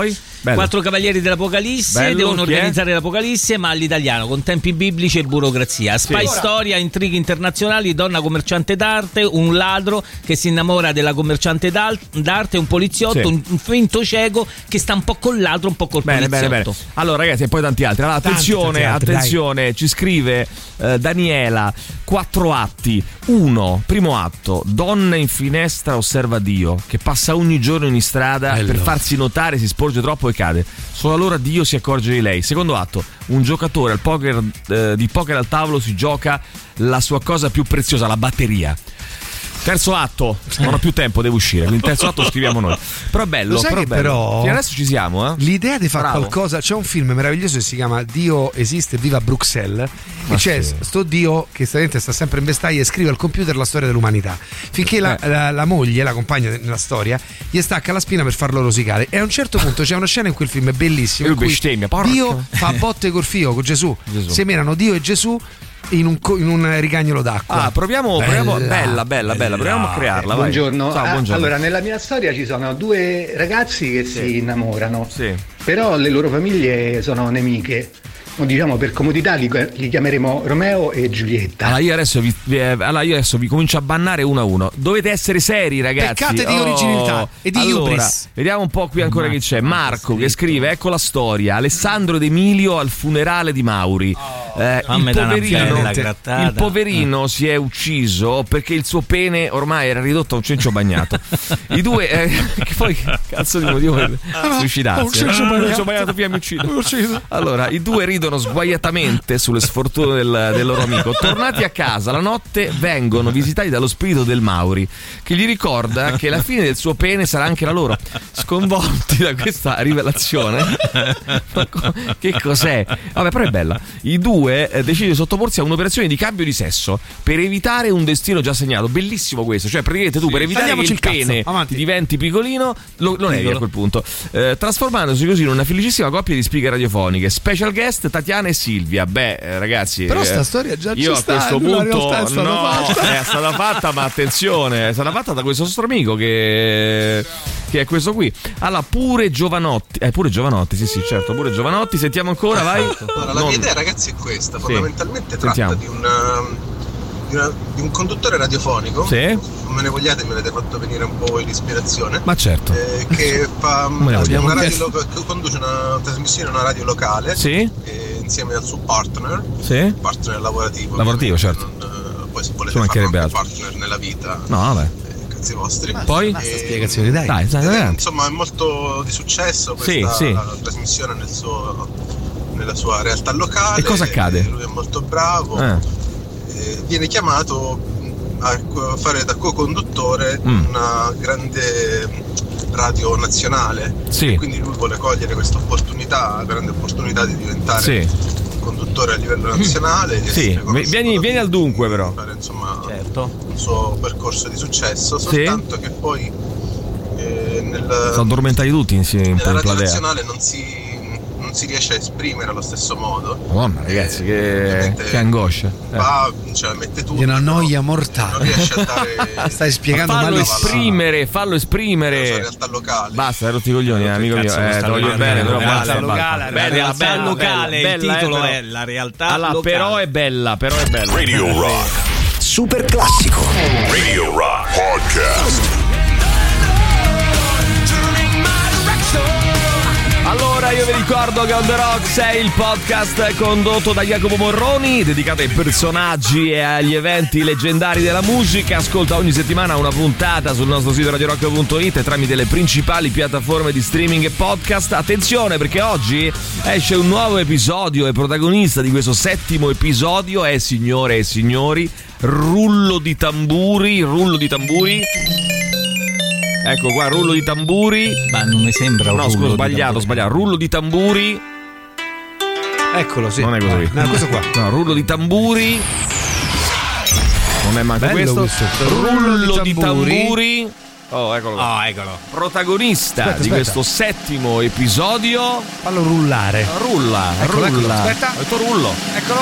bello. Quattro Cavalieri dell'Apocalisse, Bello, devono chi è? organizzare l'Apocalisse, ma all'italiano, con tempi biblici e burocrazia. Spy Sì. storia, intrighi internazionali, donna commerciante d'arte, un ladro che si innamora della commerciante d'al- d'arte, un poliziotto, Sì. un, un finto cieco che sta un po' col ladro, un po' col Bene, bene, poliziotto. bene. Allora, ragazzi, e poi tanti altri. Allora, Tanti, attenzione, tanti altri, attenzione, ci scrive eh, Daniela, quattro atti. Uno, primo atto, donna in finestra osserva Dio, che passa ogni giorno in strada Bello. per farsi notare, si sporge troppo e cade. Solo allora Dio si accorge di lei. Secondo atto, un giocatore al poker, eh, di poker al tavolo si gioca la sua cosa più preziosa, la batteria. Terzo atto, non ho più tempo, devo uscire. Il terzo atto scriviamo noi. Però è bello, Lo sai però che è bello. però Fino adesso ci siamo, eh? l'idea di fare Bravo. qualcosa, c'è un film meraviglioso che si chiama Dio esiste, viva Bruxelles, Ma e c'è sì. sto Dio che sta, sta sempre in vestaglia e scrive al computer la storia dell'umanità finché la, Eh. la, la moglie, la compagna nella storia, gli stacca la spina per farlo rosicare, e a un certo punto c'è una scena in quel film bellissimo E in lui cui bestemmia, porca. Dio fa botte col figlio con Gesù, Gesù. semenano Dio e Gesù in un, co- in un rigagnolo d'acqua. Ah, proviamo, proviamo, bella, bella, bella, proviamo a crearla. vai. Buongiorno. Ciao, Ah, buongiorno. allora, nella mia storia ci sono due ragazzi che Sì. si innamorano, Sì. però le loro famiglie sono nemiche. O diciamo, per comodità li, li chiameremo Romeo e Giulietta. Allora io, adesso vi, vi- eh, allora io adesso vi comincio a bannare uno a uno. Dovete essere seri, ragazzi. Peccate di Oh. originalità e di allora, hubris. vediamo un po' qui ancora chi c'è. Marco che scrive: ecco la storia. Alessandro ed Emilio al funerale di Mauri. Eh, il, Fammi dare una poverino, bella grattata. il poverino si è ucciso perché il suo pene ormai era ridotto a un cencio bagnato. I due, eh, che poi cazzo di motivo per suicidarsi? un cencio eh? bagnato. Un cencio bagnato, via mi uccido. Allora, i due ridono sguaiatamente sulle sfortune del, del loro amico. Tornati a casa la notte, vengono visitati dallo spirito del Mauri, che gli ricorda che la fine del suo pene sarà anche la loro. Sconvolti da questa rivelazione, ma co- che cos'è? Vabbè, però è bella. I due eh, decidono di sottoporsi a un'operazione di cambio di sesso per evitare un destino già segnato. Bellissimo questo. Cioè, praticamente tu per evitare che Tagliamoci il il cazzo. pene Avanti. diventi piccolino, lo, lo levi a quel punto, eh, trasformandosi così in una felicissima coppia di spighe radiofoniche. Special guest Tatiana e Silvia. Beh, eh, ragazzi, Però eh, sta storia già io ci a sta, questo nella punto realtà è stata no, fatta. è stata fatta, ma attenzione, è stata fatta da questo nostro amico che, che è questo qui. Allora, pure Giovanotti, eh, pure Giovanotti, sì, sì, certo, pure Giovanotti. Sentiamo ancora, vai. Allora, la Non- mia idea, ragazzi, è questa. Sì. Fondamentalmente Sentiamo. tratta di un, um, di, una- di un conduttore radiofonico. Sì. Non me ne vogliate, me l'avete fatto venire un po' voi l'ispirazione. Ma certo. eh, che fa Me ne vogliamo. una radio lo- che conduce una trasmissione in una radio locale. Sì. eh, insieme al suo partner. Sì. Partner lavorativo. Lavorativo, ovviamente, certo. non, eh, poi se volete Ci farlo mancherebbe anche altro. partner nella vita. No, vabbè. eh, cazzi vostri. Poi? E- Spiegazioni, dai. Dai, dai, ed è, avanti. insomma, è molto di successo Sì, questa sì. trasmissione nel suo, nella sua realtà locale. E cosa accade? Lui è molto bravo. Eh. eh, Viene chiamato a co- fare da co-conduttore Mm. una grande radio nazionale. Sì. E quindi lui vuole cogliere questa opportunità, grande opportunità di diventare Sì. conduttore a livello nazionale. di Sì, essere vi- conosciuto vieni, vieni al dunque però. fare, insomma, Certo. un suo percorso di successo, Sì. soltanto che poi eh, nel, Sono addormentati tutti insieme un po' nella in radio platea. nazionale non si, non si riesce a esprimere allo stesso modo. Madonna, ragazzi, che, ovviamente che angoscia. Eh. Va, ce la mette tutto. Di una noia non mortale. riesce a dare Stai spiegando Fallo male. esprimere, fallo la sua esprimere. realtà locale. Basta, hai rotto i coglioni, eh, amico mio. Cazzo, Eh, sta te voglio locale, bene, però la basta, realtà basta. locale, la Bella, realtà bella, locale, il bella, titolo però- è la realtà Allora, locale. però è bella, però è bella. Radio Rock. Super classico. Radio Rock Podcast. Allora io vi ricordo che On The Rocks è il podcast condotto da Jacopo Morroni, dedicato ai personaggi e agli eventi leggendari della musica. Ascolta ogni settimana una puntata sul nostro sito radio rock punto it e tramite le principali piattaforme di streaming e podcast. Attenzione, perché oggi esce un nuovo episodio e protagonista di questo settimo episodio è, signore e signori, rullo di tamburi, rullo di tamburi. Ecco qua, rullo di tamburi. Ma non mi sembra un No, rullo scusa, di sbagliato, tamburi. sbagliato. Rullo di tamburi. Eccolo, sì. Non è questo qui. No, questo qua. No, rullo di tamburi. Non è manco Bello questo. questo. Rullo di tamburi. tamburi. Oh, eccolo qua. Oh, eccolo. Protagonista Aspetta, di aspetta. questo settimo episodio. Fallo rullare. Rulla, Eccolo, eccolo, rulla. aspetta. Ho detto rullo. Eccolo.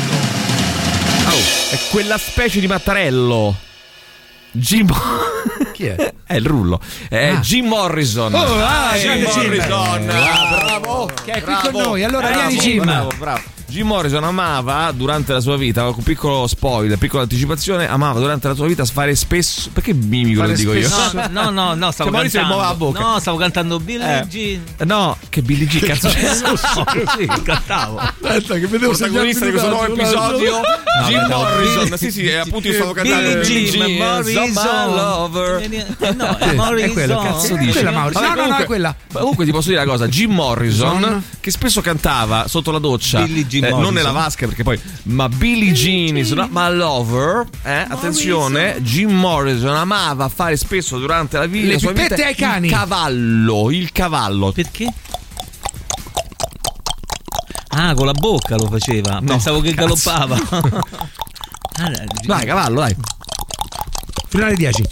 Oh, è quella specie di Mattarello. Jim Chi è? È il rullo. È ah. Jim Morrison. Oh, ah, Jim Morrison. Ah, bravo. Che è qui bravo. con noi. Allora, bravo, vieni Jim. Bravo, bravo. Jim Morrison amava durante la sua vita, un piccolo spoiler, piccola anticipazione, amava durante la sua vita fare spesso. Perché mimico lo dico io? No, no, no, no, stavo cioè, cantando. La bocca. No, stavo cantando Billie eh. Jean. No, che Billie Jean, cazzo c'è? Sì, cantavo. Aspetta, che vedevo protagonista di questo nuovo episodio. No, Jim no, Morrison. Billy, sì, sì, appunto io stavo cantando Billie Jean, Morrison Lover. No, è Morrison. È quello, cazzo dici? Quella, no, no, no, no, è quella. Comunque ti posso dire una cosa, Jim Morrison che spesso cantava sotto la doccia, eh, non nella vasca perché poi, ma Billie Jean is not my lover, eh, attenzione, Jim Morrison amava fare spesso durante la vita le sua pipette vita ai cani. Il cavallo, il cavallo. Perché? Ah, con la bocca lo faceva. No, pensavo che cazzo. galoppava. Vai, cavallo, dai. Fino alle dieci.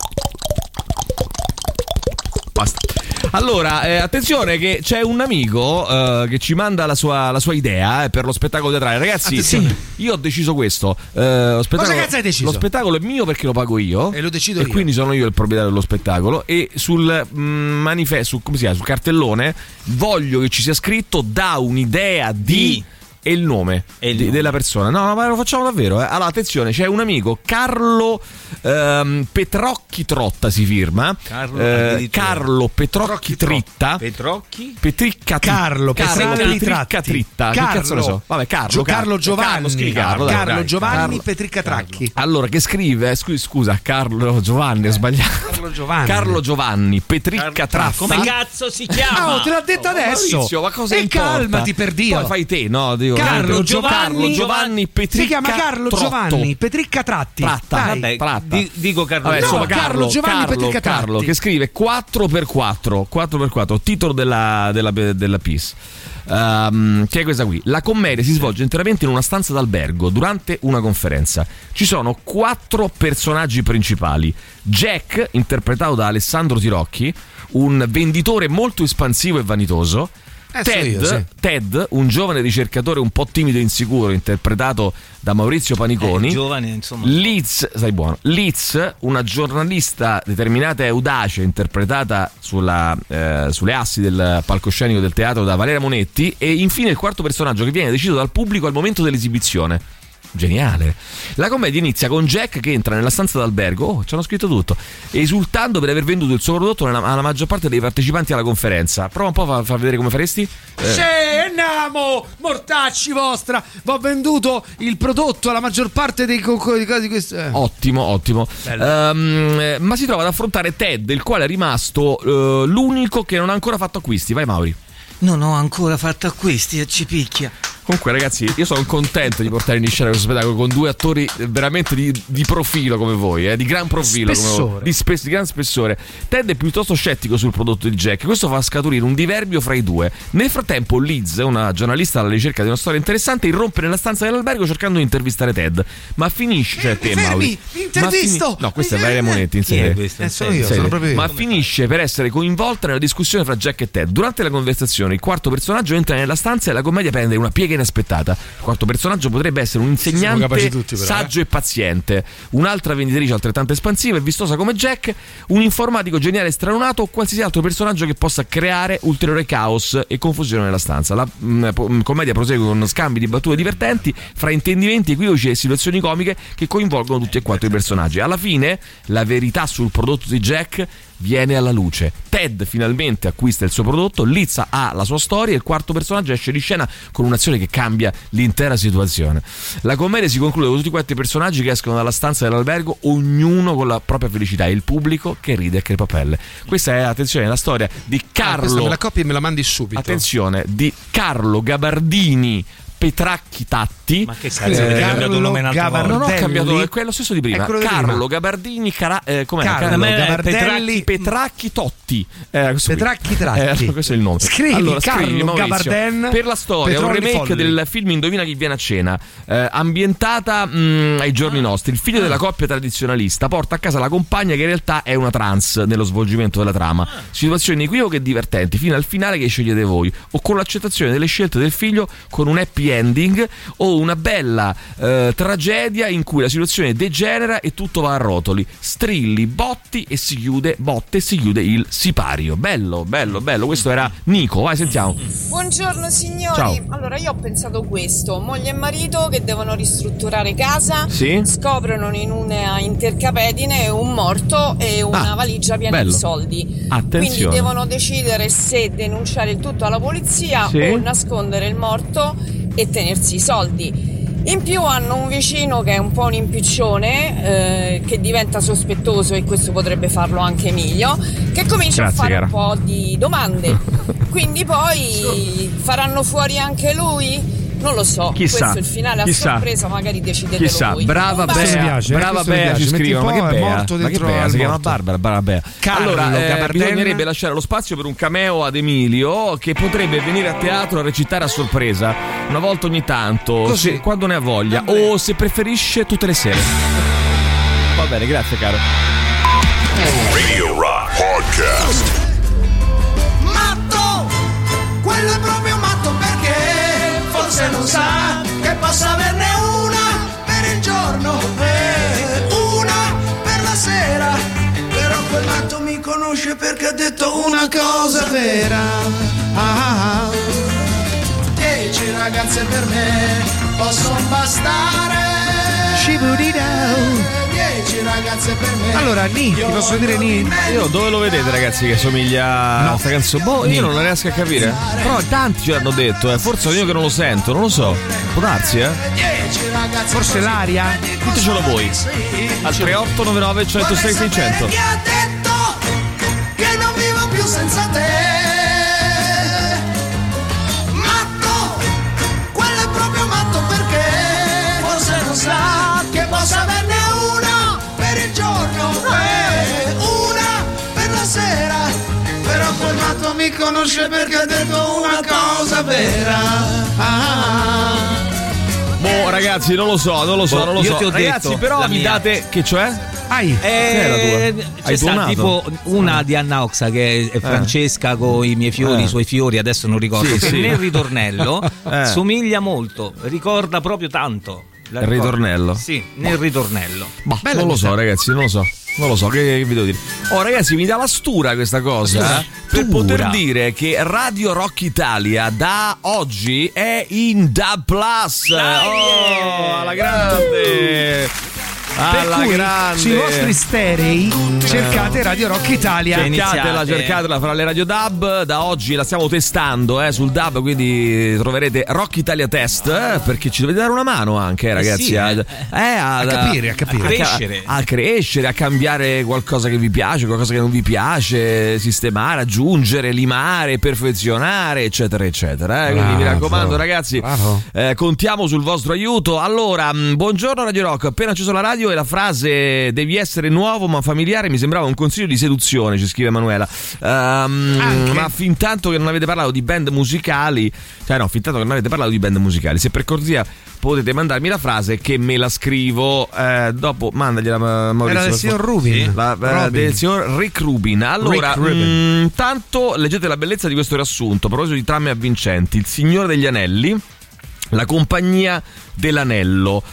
Basta. Allora, eh, attenzione che c'è un amico eh, che ci manda la sua, la sua idea eh, per lo spettacolo teatrale. Ragazzi, attenzione. Io ho deciso questo. Eh, lo spettacolo, Cosa cazzo hai deciso? Lo spettacolo è mio perché lo pago io. E lo decido e io. quindi sono io il proprietario dello spettacolo. E sul mh, manifesto, come si chiama? Sul cartellone voglio che ci sia scritto da un'idea di... di... e il nome, e il di, nome della persona. No, no, ma lo facciamo davvero. Eh. Allora, attenzione, c'è un amico, Carlo ehm, Petrocchi Trotta si firma. Carlo, eh, Carlo Petrocchi Tritta. Petrocchi? Petricca Carlo, Carlo Petricca Tritta. Carlo, che cazzo ne so? Vabbè, Carlo. Gio, Carlo Giovanni. Carlo, Carlo, Carlo dai, Giovanni Carlo. Petricca Tracchi. Allora, che scrive? Scusa, scusa Carlo Giovanni, ho sbagliato. Carlo Giovanni. Carlo Giovanni Petricca Tracchi. Come cazzo si chiama? Oh, te l'ho detto oh, adesso. Maurizio, ma cosa e importa? calmati per Dio. Poi fai te, no? Dico, Carlo Giovanni. Carlo Giovanni Petricca si chiama Carlo Trotto. Giovanni Petricca Tratti. Tratta, Dai. vabbè, tratta. Di, dico Carlo, vabbè, no, insomma, Carlo, Carlo Giovanni Carlo, Petricca Carlo Tratti. che scrive quattro per quattro quattro per quattro, titolo della, della, della piece. Um, che è questa qui. La commedia si svolge interamente in una stanza d'albergo durante una conferenza. Ci sono quattro personaggi principali. Jack, interpretato da Alessandro Tirocchi, un venditore molto espansivo e vanitoso. Eh, Ted, io, sì. Ted, un giovane ricercatore un po' timido e insicuro, interpretato da Maurizio Paniconi. Eh, giovane, insomma. Liz, stai buono. Liz, una giornalista determinata e audace, interpretata sulla, eh, sulle assi del palcoscenico del teatro da Valeria Monetti. E infine il quarto personaggio che viene deciso dal pubblico al momento dell'esibizione. Geniale. La commedia inizia con Jack che entra nella stanza d'albergo, oh, ci hanno scritto tutto, esultando per aver venduto il suo prodotto alla, alla maggior parte dei partecipanti alla conferenza. Prova un po' a far vedere come faresti. Eh. Sì, andiamo, mortacci vostra, va venduto il prodotto alla maggior parte dei coccoli di questo. Eh. Ottimo, ottimo. Um, ma si trova ad affrontare Ted, il quale è rimasto uh, l'unico che non ha ancora fatto acquisti. Vai Mauri. Non ho ancora fatto acquisti e ci picchia. Comunque ragazzi, io sono contento di portare in scena questo spettacolo con due attori veramente di, di profilo come voi, eh, di gran profilo, spessore. Come voi, di, spes- di gran spessore. Ted è piuttosto scettico sul prodotto di Jack. Questo fa scaturire un diverbio fra i due. Nel frattempo Liz, una giornalista alla ricerca di una storia interessante, irrompe nella stanza dell'albergo cercando di intervistare Ted. Ma finisce, cioè te Mauri, intervisto! Fini- no, questa è Valeria Monetti in serie. Eh, sono io, sono proprio io. Ma finisce per essere coinvolta nella discussione fra Jack e Ted. Durante la conversazione il quarto personaggio entra nella stanza e la commedia prende una piega inaspettata. Il quarto personaggio potrebbe essere un insegnante tutti, però, saggio eh? e paziente, un'altra venditrice altrettanto espansiva e vistosa come Jack, un informatico geniale e stralunato o qualsiasi altro personaggio che possa creare ulteriore caos e confusione nella stanza. La mh, commedia prosegue con scambi di battute divertenti, fraintendimenti, equivoci e situazioni comiche che coinvolgono tutti e quattro i personaggi. Alla fine la verità sul prodotto di Jack viene alla luce. Ted finalmente acquista il suo prodotto, Liz ha la sua storia e il quarto personaggio esce di scena con un'azione che cambia l'intera situazione. La commedia si conclude con tutti quanti i personaggi che escono dalla stanza dell'albergo, ognuno con la propria felicità, e il pubblico che ride e crepapelle. Questa è, attenzione, la storia di Carlo. Ah, questa me la copia e me la mandi subito. Attenzione, di Carlo Gabardini Petracchi Tatti. Ma che cazzo, avete cambiato nome in altra volta? Non ho cambiato, è quello stesso di prima. Carlo prima. Gabardini Cara, eh, com'è? Carlo, Carlo Gabardelli Petracchi, Petracchi Totti. Eh, Petracchi Tratti. Eh, questo è il nome. Scrivi, allora, Carlo scrivi, Gabarden. Per la storia, Petrolli un remake folli. del film Indovina chi viene a cena, eh, ambientata mh, ai giorni nostri. Il figlio della coppia tradizionalista porta a casa la compagna che in realtà è una trans nello svolgimento della trama. Situazioni equivoche e divertenti fino al finale che scegliete voi, o con l'accettazione delle scelte del figlio con un happy ending, o o una bella eh, tragedia in cui la situazione degenera e tutto va a rotoli, strilli, botti e si chiude, botte e si chiude il sipario. Bello, bello, bello. Questo era Nico, vai, sentiamo. Buongiorno signori. Ciao. Allora io ho pensato questo: moglie e marito che devono ristrutturare casa, sì? Scoprono in una intercapedine un morto e una ah, valigia piena bello. Di soldi. Attenzione. Quindi devono decidere se denunciare il tutto alla polizia, sì? O nascondere il morto e tenersi i soldi. In più hanno un vicino che è un po' un impiccione, eh, che diventa sospettoso, e questo potrebbe farlo anche Emilio, che comincia Grazie, a fare cara. un po' di domande. Quindi poi faranno fuori anche lui? Non lo so, Chissà, questo è il finale a chissà, sorpresa, magari decidete chissà, voi. brava Bea, brava Bea, ci scrivono, ma che Bea, ma che Bea, si chiama Barbara, brava Bea. Carlo, allora, eh, bisognerebbe lasciare lo spazio per un cameo ad Emilio, che potrebbe venire a teatro a recitare a sorpresa, una volta ogni tanto, se, quando ne ha voglia, o se preferisce tutte le sere. Va bene, grazie caro. Radio Rock Podcast. Matto, quello è proprio matto, perché forse non sa che possa averne una per il giorno e una per la sera. Però quel matto mi conosce perché ha detto una cosa vera. Ah, ah, ah. Dieci ragazze per me possono bastare. Dieci ragazze per me. Allora, Ni, ti posso dire Ni? Io dove lo vedete, ragazzi, che somiglia no. a questa canzone? Boh, io non la riesco a capire. Però tanti ci hanno detto, eh. Forse sono io che non lo sento, non lo so. Può darsi, eh? Forse l'aria? Ditecelo voi. Al tre otto nove nove uno zero sei sei zero zero. Chi ha detto che non vivo più senza te? Matto, quello è proprio matto, perché forse non sa che possa averne una per il giorno e una per la sera. Però quel matto mi conosce perché ha detto una cosa vera. Ah. Boh, ragazzi, non lo so, non lo so, non lo Io so. ti ho Ragazzi, detto però mi mia. date che cioè? Hai? Eh, Hai c'è sta tipo una di Anna Oxa che è Francesca con i miei fiori, Eh. i suoi fiori, adesso non ricordo. Sì, che sì. nel ritornello Eh. somiglia molto, ricorda proprio tanto. La Il ricordo. ritornello? Sì, nel ritornello. Boh, non lo so, ragazzi, non lo so. Non lo so, che, che vi devo dire? Oh, ragazzi, mi dà la stura questa cosa, eh? Per poter dire che Radio Rock Italia da oggi è in D A B plus. Oh, alla grande! Alla per cui grande. sui vostri sterei cercate Radio Rock Italia. Cercatela, cercatela fra le radio D A B. Da oggi la stiamo testando eh, sul D A B, quindi troverete Rock Italia Test, eh, perché ci dovete dare una mano anche, eh, ragazzi, sì, a, eh. eh, a, A capire, a capire. a, A crescere. a crescere, a cambiare qualcosa che vi piace, qualcosa che non vi piace, sistemare, aggiungere, limare, perfezionare, eccetera, eccetera. Eh. Quindi mi raccomando, ragazzi, eh, contiamo sul vostro aiuto. Allora, mh, buongiorno Radio Rock, appena acceso la radio e la frase "devi essere nuovo ma familiare" mi sembrava un consiglio di seduzione, ci scrive Emanuela. Um, ma fin tanto che non avete parlato di band musicali, cioè no, fin tanto che non avete parlato di band musicali, se per cortesia potete mandarmi la frase che me la scrivo, eh, dopo mandagliela Maurizio. Era del signor Rubin, sì, la, eh, del signor Rick Rubin. Allora, Rick Rubin. mh, tanto leggete la bellezza di questo riassunto a proposito di trame avvincenti: Il Signore degli Anelli, La Compagnia dell'Anello.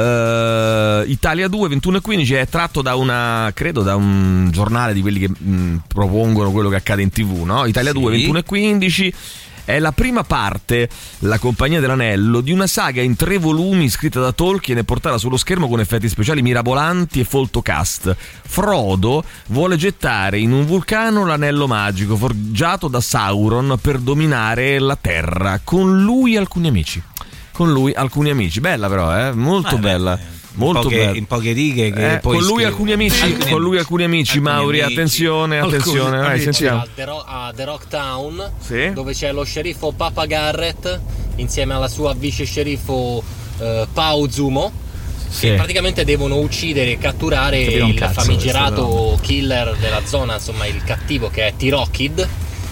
Uh, Italia due ventuno e quindici è tratto da una, credo, da un giornale di quelli che mh, propongono quello che accade in tivù, no? Italia Sì. due ventuno e quindici è la prima parte, La Compagnia dell'Anello, di una saga in tre volumi scritta da Tolkien e portata sullo schermo con effetti speciali mirabolanti e folto cast. Frodo vuole gettare in un vulcano l'anello magico forgiato da Sauron per dominare la terra. Con lui alcuni amici. Con lui alcuni amici. Bella però, eh? Molto Ah, bella. beh, Molto in poche, bella. in poche righe che Eh, poi con lui scrive. alcuni amici, Alcuni con lui amici. alcuni amici, Alcuni Mauri, amici. attenzione, Alcuni attenzione, vai, amici. sentiamo. A The, Ro- a The Rock Town, Sì. dove c'è lo sceriffo Papa Garrett insieme alla sua vice sceriffo eh, Pao Zumo, Sì. che praticamente devono uccidere e catturare Capire un il cazzo famigerato questo, killer della zona, insomma il cattivo, che è T-Rockid,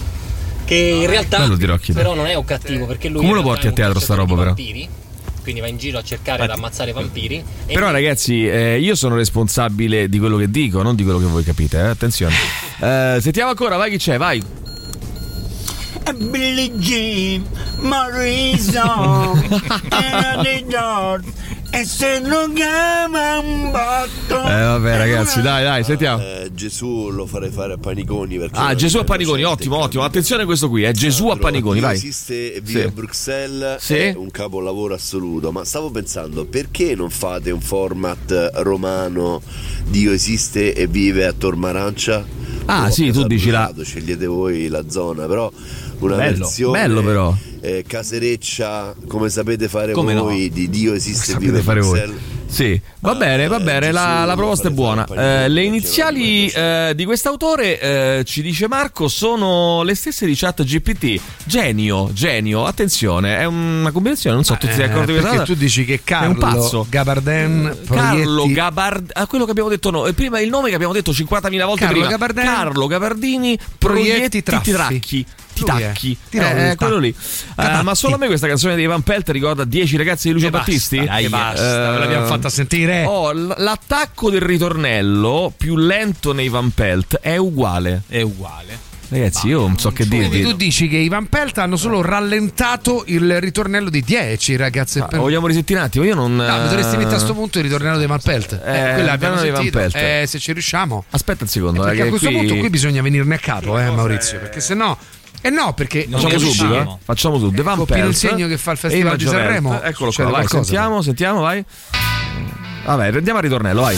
che in realtà Bello T-Rockid. però non è un cattivo, perché lui Come in lo realtà porti è a un teatro sta cacciatore roba, di però? vampiri, quindi va in giro a cercare di ammazzare vampiri. E Però ragazzi, eh, io sono responsabile di quello che dico, non di quello che voi capite, eh? Attenzione. Eh, sentiamo ancora, vai, chi c'è, vai. e Billie Jean, Morrison, era dei Doors. E se non chiama un botto. Eh vabbè ragazzi, dai dai, sentiamo. Eh, Gesù lo farei fare a Paniconi perché Ah, Gesù a Paniconi, ottimo, ottimo. Attenzione a questo qui, è eh. Gesù a Paniconi, vai. Esiste via sì. Bruxelles, sì. è un capolavoro assoluto, ma stavo pensando, perché non fate un format romano Dio esiste e vive a Tormarancia? Ah, sì, tu dici la scegliete voi la zona, però una bello, versione bello però. Eh, casereccia, come sapete fare come voi, no? di Dio esiste e sapete vive a fare Bruxelles. Voi. Sì, va bene, va bene, la, la proposta è buona. Eh, le iniziali eh, di quest'autore, eh, ci dice Marco, sono le stesse di ChatGPT. Genio, genio, attenzione, è una combinazione, non so, tu ti sei accorto di questa perché tu dici che Carlo Gabardin Carlo Gabardini, ah, quello che abbiamo detto noi, prima il nome che abbiamo detto cinquantamila volte Carlo prima. Gabardin, Carlo Gabardini, Proietti Tracchi. Titacchi, eh, eh, quello lì. Uh, ma solo a me questa canzone di Van Pelt ricorda dieci ragazzi di Lucio e Battisti? Basta, dai, basta, uh, ve l'abbiamo fatta sentire. Oh, l- l'attacco del ritornello più lento nei Van Pelt è uguale. È uguale. Ragazzi, io non so che dirvi. Tu dici che i Van Pelt hanno solo rallentato il ritornello di dieci ragazzi. Ah, per... Vogliamo risentire un attimo? Io non. No, dovresti mettere a sto punto il ritornello dei Van Pelt. Eh, eh, quella abbiamo sentito. Van Pelt. Eh, se ci riusciamo. Aspetta un secondo. Eh, perché eh, a questo qui... punto qui bisogna venirne a capo, eh, Maurizio. Perché sennò. Eh no, perché facciamo subito, eh? facciamo subito. The Van ecco, Pelt, il segno che fa il Festival di Sanremo. Eccolo qua, vai, sentiamo, sentiamo, vai. Vabbè, andiamo al ritornello, vai.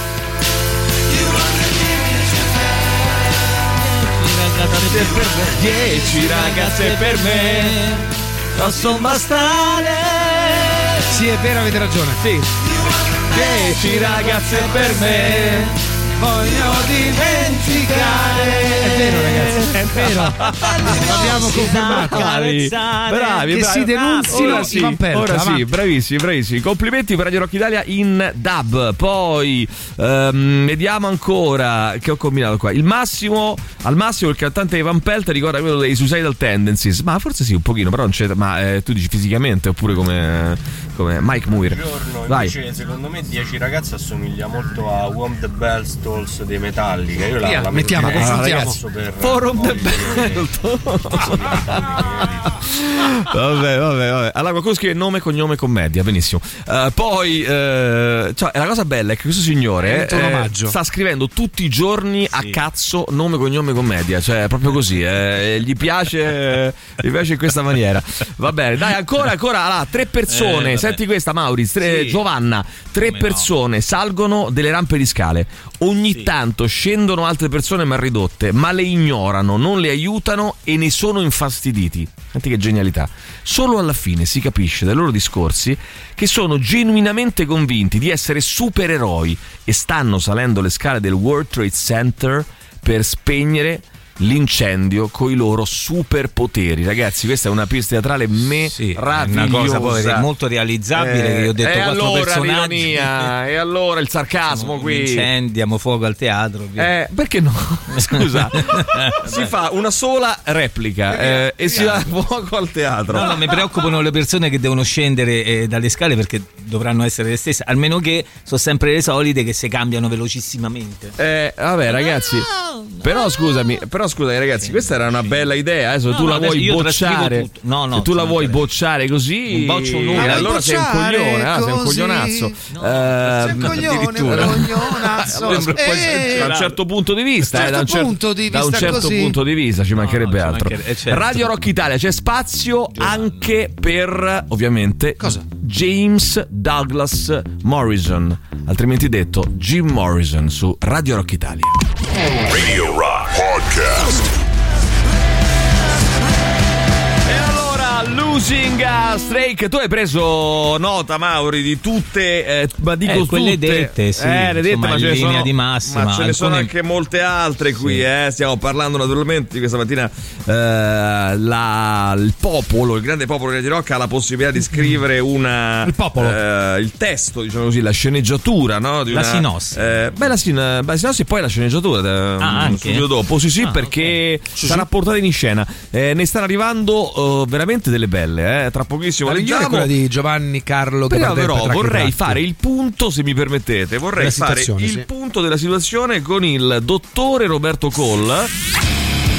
Dieci ragazze per me possono bastare. Sì, è vero, avete ragione. Sì. Dieci ragazze per me voglio dimenticare. È vero ragazzi, è vero. L'abbiamo confermato. Bravi, bravi, che bravi. si denunzino ora sì, i Van Pelt. Ora sì, bravissimi, bravissimi. Complimenti per Radio Rock Italia in dub. Poi um, vediamo ancora che ho combinato qua. Il massimo, al massimo il cantante di Van Pelt ricorda quello dei Suicidal Tendencies. Ma forse sì, un pochino, però non c'è. Ma eh, tu dici fisicamente oppure come, come Mike Muir? Buongiorno, vai. Invece, secondo me dieci ragazze assomiglia molto a Warm the Bells Tolls dei Metallica. Io la, Via, la mettiamo, confrontiamo. Per Forum the Belt. Vabbè, vabbè, vabbè. Allora qualcuno scrive nome, cognome, commedia, benissimo. Uh, poi uh, cioè, la cosa bella è che questo signore eh, sta scrivendo tutti i giorni sì. a cazzo nome, cognome, commedia, cioè proprio così, eh, gli piace gli piace in questa maniera. Va bene, dai, ancora ancora allora, tre persone, eh, senti questa Mauriz, tre, sì. Giovanna, tre Come persone no. salgono delle rampe di scale. Ogni sì. tanto scendono altre persone mal ridotte, ma le ignorano, non le aiutano e ne sono infastiditi. Senti che genialità. Solo alla fine si capisce dai loro discorsi che sono genuinamente convinti di essere supereroi e stanno salendo le scale del World Trade Center per spegnere l'incendio con i loro superpoteri. Ragazzi, questa è una pista teatrale meravigliosa, una cosa poi molto realizzabile, eh, che io ho detto e quattro allora personaggi l'ironia, e allora il sarcasmo qui, incendiamo fuoco al teatro, eh, perché no? Scusa, si fa una sola replica eh, e si dà fuoco al teatro. No, no, mi preoccupano le persone che devono scendere eh, dalle scale, perché dovranno essere le stesse, almeno che sono sempre le solite che si cambiano velocissimamente. Eh, vabbè ragazzi, però scusami, però scusa ragazzi, questa era una bella idea, eh, se no, tu no, la vuoi bocciare, no, no, se tu la vuoi bocciare così, boccio un eh, allora sei un coglione, ah, sei un coglionazzo. No, eh, sei un coglione, un coglionazzo. Eh, da un certo punto di vista, eh, da un certo punto di vista, da un certo così. punto di vista ci mancherebbe no, no, altro. Ci mancherebbe, certo. Radio Rock Italia, c'è spazio anche per ovviamente cosa? James Douglas Morrison, altrimenti detto Jim Morrison, su Radio Rock Italia. Radio Rock Podcast. Losing a Strake. Tu hai preso nota, Mauri, di tutte, eh, ma dico eh, quelle tutte. dette, sì, eh, le dette, insomma, ma ce ne sono, di massima, ma ce ne alcune... sono anche molte altre qui. Sì. Eh. Stiamo parlando naturalmente di questa mattina. Eh, la, il popolo, il grande popolo di rock ha la possibilità di scrivere una. Il popolo. Eh, il testo, diciamo così, la sceneggiatura, no? Di la una, sinossi. Eh, beh, la, sin- beh, la sinossi e poi la sceneggiatura. Da, ah, anche? Subito dopo. Sì, sì, ah, perché okay. sarà portata in scena. Eh, ne stanno arrivando uh, veramente delle belle. Eh, tra pochissimo la leggiamo. È quella di Giovanni Carlo Prima però Petrarca vorrei fare il punto, se mi permettete, vorrei fare il sì. punto della situazione con il dottore Roberto Cole.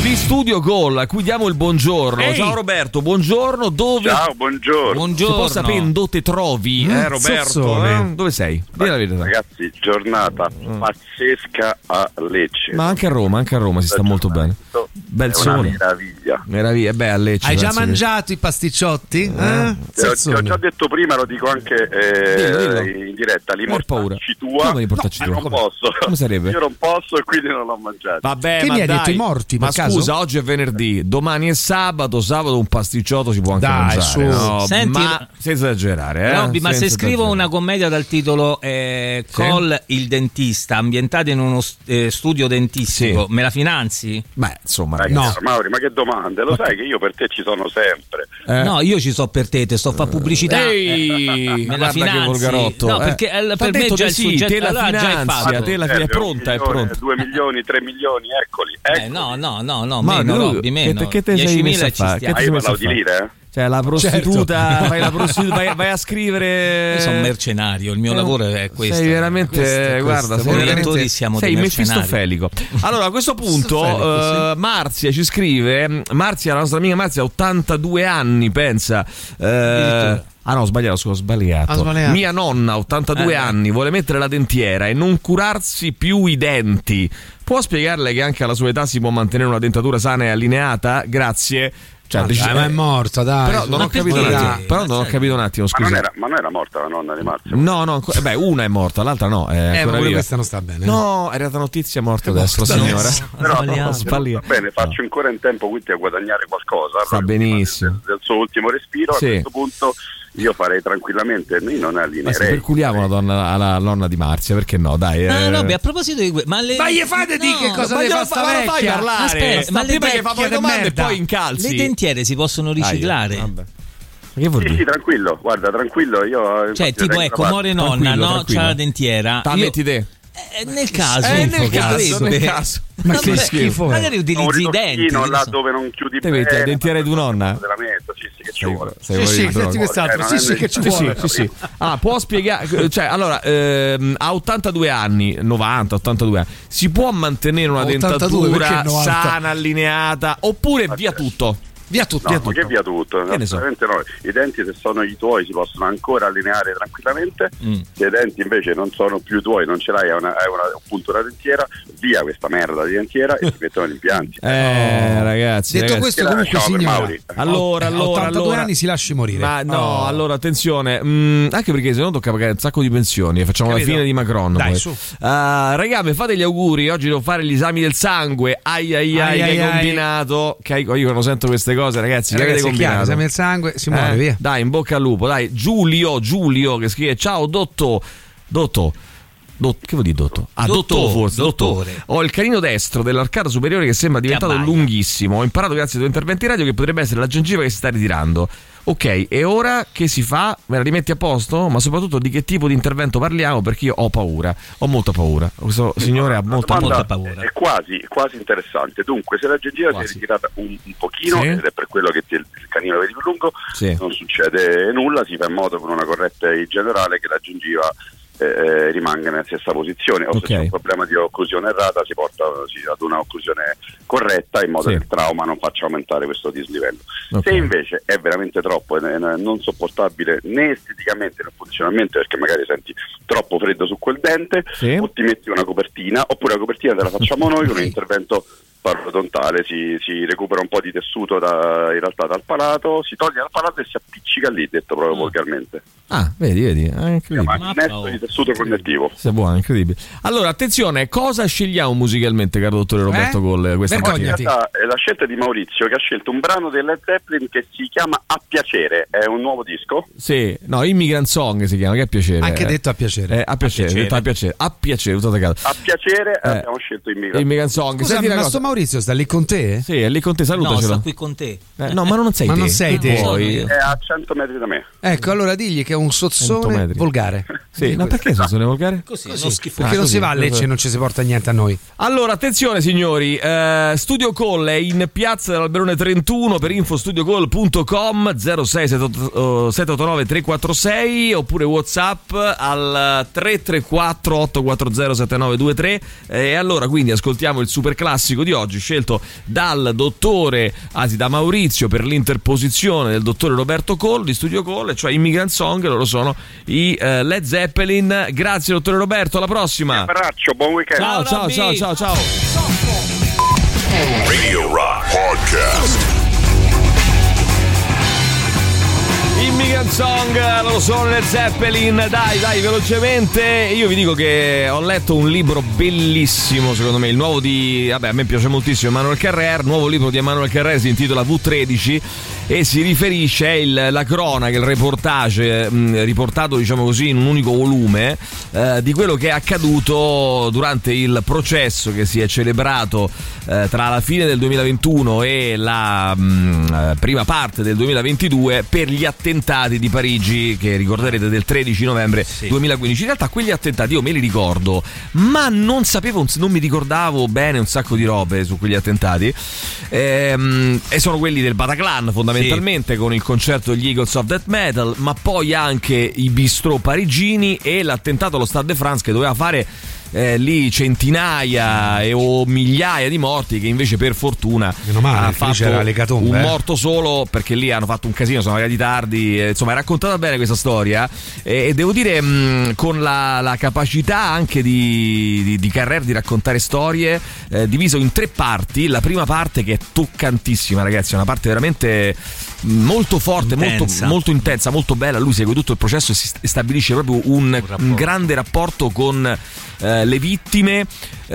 di Studio Call, a cui diamo il buongiorno. Ehi. Ciao Roberto, buongiorno. Dove? Ciao, buongiorno. Buongiorno. Si può sapere dove te trovi, mm, eh, Roberto? Eh? Dove sei? Dì la verità. Ragazzi, giornata mm. pazzesca a Lecce. Ma anche a Roma, anche a Roma si sta molto bene. Bel sole. Meraviglia. Meraviglia. Beh, a Lecce. Hai già mangiato che... i pasticciotti? Eh? Eh? Ti ho già detto prima, lo dico anche eh, dillo, dillo. in diretta. Li mortacci tua. Come li portacci no, tua? Non posso. Come sarebbe? Io non posso e quindi non l'ho mangiato. Vabbè, che ma mi hai dai. detto i morti? Ma per scusa, caso? oggi è venerdì, domani è sabato, sabato un pasticciotto si può anche dai, mangiare. Su. No, Senti, ma senza esagerare, eh? Robby, ma senza se scrivo esagerare. una commedia dal titolo eh, Sì. Call il dentista, ambientata in uno eh, studio dentistico, Sì. me la finanzi? Beh, insomma, Dai, no. Mauri, ma che domande? Lo sai che io per te ci sono sempre. Eh. No, io ci so per te, te sto a fare pubblicità. Ehi, me la guarda che finanzi? volgarotto. No, eh. perché eh, T'ha per me detto già di il sì, soggetto te la allora già è finanzia, fatto. te la Serve è pronta, è milione, pronta. due milioni, tre milioni, eccoli. eccoli. Eh, no, no, no, no, Ma meno, lui- Robby, meno. che te- che te sei messo a diecimila ci fare? stiamo. Che Ah, ti io sei messo a parlavo di fare? lire, eh? Cioè la prostituta, Certo. vai, la prostitu- vai, vai a scrivere. Io sono mercenario, il mio lavoro è questo. Sei veramente, Questo è guarda, questo. sei, Noi veramente, attori siamo sei dei mercenari. mefistofelico. Allora, a questo punto, Mefistofelico, eh, Marzia ci scrive: Marzia, la nostra amica Marzia, ha ottantadue anni, pensa. Eh, Ah no, ho sbagliato, scusa, ho sbagliato. Ha sbagliato. Mia nonna, ottantadue Eh. anni, vuole mettere la dentiera e non curarsi più i denti. Può spiegarle che anche alla sua età si può mantenere una dentatura sana e allineata? Grazie. Cioè, Ma, dice- dai, ma è morta, dai. Però non Ma ho capito un perché? attimo. Però non ho capito un attimo, Ma non, scusa. era, ma non era morta la nonna di Marzia? No, no, anco- beh, una è morta, l'altra no. È Eh, ma ancora pure viva. questa non sta bene. No, è arrivata notizia, è morta adesso, morta, signora. Però sbagliato. no, Sbagliato. va bene, faccio ancora in tempo quindi a guadagnare qualcosa. Sta proprio benissimo. Del, del suo ultimo respiro, Sì. a questo punto io farei tranquillamente, io non Ma se allineerei. perculiamo la donna, alla nonna di Marzia, perché no? Dai. No, eh. no, beh, a proposito di que- ma le Ma gli fate di che cosa ma ne glielo fa fa- sta ma lo fai vecchia? parlare? Aspetta, Sta ma le prima che vecchie fa poi di domande e merda. poi incalzi. le dentiere si possono riciclare? Dai, vabbè. Ma che vuol Sì, dire? sì, tranquillo, guarda, tranquillo, io Cioè, infatti tipo, tengo ecco, la muore nonna, Tranquillo, no? tranquillo. C'ha la dentiera. Ta' Io- metti te. Eh, nel caso, Eh, info, nel che caso, potrebbe- nel caso. Ma Vabbè, che schifo è. magari parte. Un utilizzi i denti. ritocchino che là so. dove non chiudi Te metti la bene, dentiera di tua nonna? te la metto, sì, sì, che ci Sei- vuole. sei Sì, fuori sì, di senti brodo. quest'altro. Eh, Sì, non sì, è che ci Sì, vuole. sì, sì, sì. Ah, può spiegare, cioè, allora, ehm, a ottantadue anni, novanta, ottantadue anni, si può mantenere una ottantadue, dentatura perché novanta? sana, allineata, oppure via tutto? Via tutto. No, ma che via tutto? Che ne so. Assolutamente no. I denti, se sono i tuoi, si possono ancora allineare tranquillamente. Mm. Se i denti invece non sono più tuoi, non ce l'hai, hai una, hai una, appunto una dentiera, via questa merda di dentiera e ti mettono gli impianti. Eh, ragazzi. Detto ragazzi. questo, Ciao, comunque, per signora, Mauri. Allora, allora, ottantadue allora. anni si lasci morire. Ma no, Oh. allora attenzione, mm, anche perché se no tocca pagare un sacco di pensioni e facciamo Capito? la fine di Macron. Dai, poi. su. Uh, raga, mi fate gli auguri. Oggi devo fare gli esami del sangue. Ai ai ai, Ai, che ai, hai ai. combinato. Che hai- io quando sento queste cose, ragazzi, che avete Ragazzi, è chiaro, combinato? esame del sangue, si muore, Eh? via. Dai, in bocca al lupo. Dai, Giulio, Giulio che scrive: ciao, dotto, dotto. Dot, che vuol dire dotto? Ah, Dotto, dotto forse, dottore. dotto. Ho il canino destro dell'arcata superiore che sembra diventato abbaia. lunghissimo. Ho imparato grazie ai tuoi interventi radio che potrebbe essere la gengiva che si sta ritirando. Ok, e ora che si fa? Me la rimetti a posto? Ma soprattutto di che tipo di intervento parliamo? Perché io ho paura, ho molta paura. Questo signore ha molta, La domanda molta paura. È quasi, quasi interessante. Dunque, se la gengiva Quasi. si è ritirata un, un pochino, Sì. ed è per quello che ti- il canino lo vedi più lungo, Sì. non succede nulla, si fa in modo con una corretta igiene orale che la gengiva eh, rimanga nella stessa posizione, o Ok. se c'è un problema di occlusione errata si porta sì, ad una occlusione corretta in modo Sì. che il trauma non faccia aumentare questo dislivello. Ok. Se invece è veramente troppo e non sopportabile né esteticamente né funzionalmente, perché magari senti troppo freddo su quel dente, Sì. o ti metti una copertina, oppure la copertina te la facciamo noi con un intervento parodontale, si, si recupera un po' di tessuto da, in realtà dal palato, si toglie dal palato e si appiccica lì, detto proprio volgarmente. Ah, vedi, vedi, è Ma incredibile. il nesso di tessuto connettivo. Se buono, incredibile. Allora, attenzione, cosa scegliamo musicalmente, caro dottore Roberto Eh? Colle, questa In mattina? realtà è la scelta di Maurizio che ha scelto un brano dei Led Zeppelin che si chiama A Piacere, è un nuovo disco. Sì, no, Immigrant Song si chiama, che a piacere. Anche eh. detto a piacere. Eh, a piacere, detto a piacere, a piacere, tutto attaccato. A Piacere Eh. abbiamo scelto Immigrant Immigrant Song. Scusa, Senti una ma cosa. sto Maurizio sta lì con te? Sì, è lì con te, No, salutacelo. sta qui con te. Eh, no, ma non sei Ma te. non sei te. Che vuoi? È a cento metri da me. Ecco, allora digli che è un cento sozzone metri. volgare. Sì, ma perché sono volgare? Così, Così, uno schifo. perché Ah, non così. si va a Lecce e non ci si porta niente a noi. Allora, attenzione signori, eh, Studio Call è in piazza dell'Alberone trentuno, per info studiocall punto com, zero sei sette otto nove tre quattro sei, oppure WhatsApp al tre tre quattro otto quattro zero sette nove due tre. E allora quindi ascoltiamo il super classico di oggi, scelto dal dottore, anzi da Maurizio, per l'interposizione del dottore Roberto Cole di Studio Cole, cioè Immigrant Song. Loro sono i uh, Led Zeppelin. Grazie dottore Roberto, alla prossima. Un abbraccio, buon weekend. Ciao ciao ciao ciao ciao. Radio Rock Podcast. Immigrant Song, loro sono Led Zeppelin. Dai, dai, velocemente. Io vi dico che ho letto un libro bellissimo, secondo me, il nuovo di, vabbè, a me piace moltissimo, Emmanuel Carrère. Nuovo libro di Emmanuel Carrère, si intitola V tredici e si riferisce, è il, la cronaca, il reportage mh, riportato, diciamo così, in un unico volume eh, di quello che è accaduto durante il processo che si è celebrato eh, tra la fine del duemilaventuno e la mh, prima parte del duemilaventidue per gli attentati di Parigi, che ricorderete, del tredici novembre sì. duemilaquindici. In realtà quegli attentati io me li ricordo, ma non sapevo, non mi ricordavo bene un sacco di robe su quegli attentati, ehm, e sono quelli del Bataclan fondamentalmente, sì. con il concerto degli Eagles of Death Metal, ma poi anche i bistrò parigini e l'attentato allo Stade de France che doveva fare Eh, lì centinaia e, o migliaia di morti, che invece per fortuna male, ha fatto l'ecatombe, un eh. morto solo, perché lì hanno fatto un casino, sono arrivati tardi, eh, insomma è raccontata bene questa storia, eh, e devo dire mh, con la, la capacità anche di, di, di Carrère di raccontare storie, eh, diviso in tre parti. La prima parte che è toccantissima, ragazzi, è una parte veramente molto forte, intensa. Molto, molto intensa, molto bella. Lui segue tutto il processo e si stabilisce proprio un, un, un grande rapporto con eh, le vittime,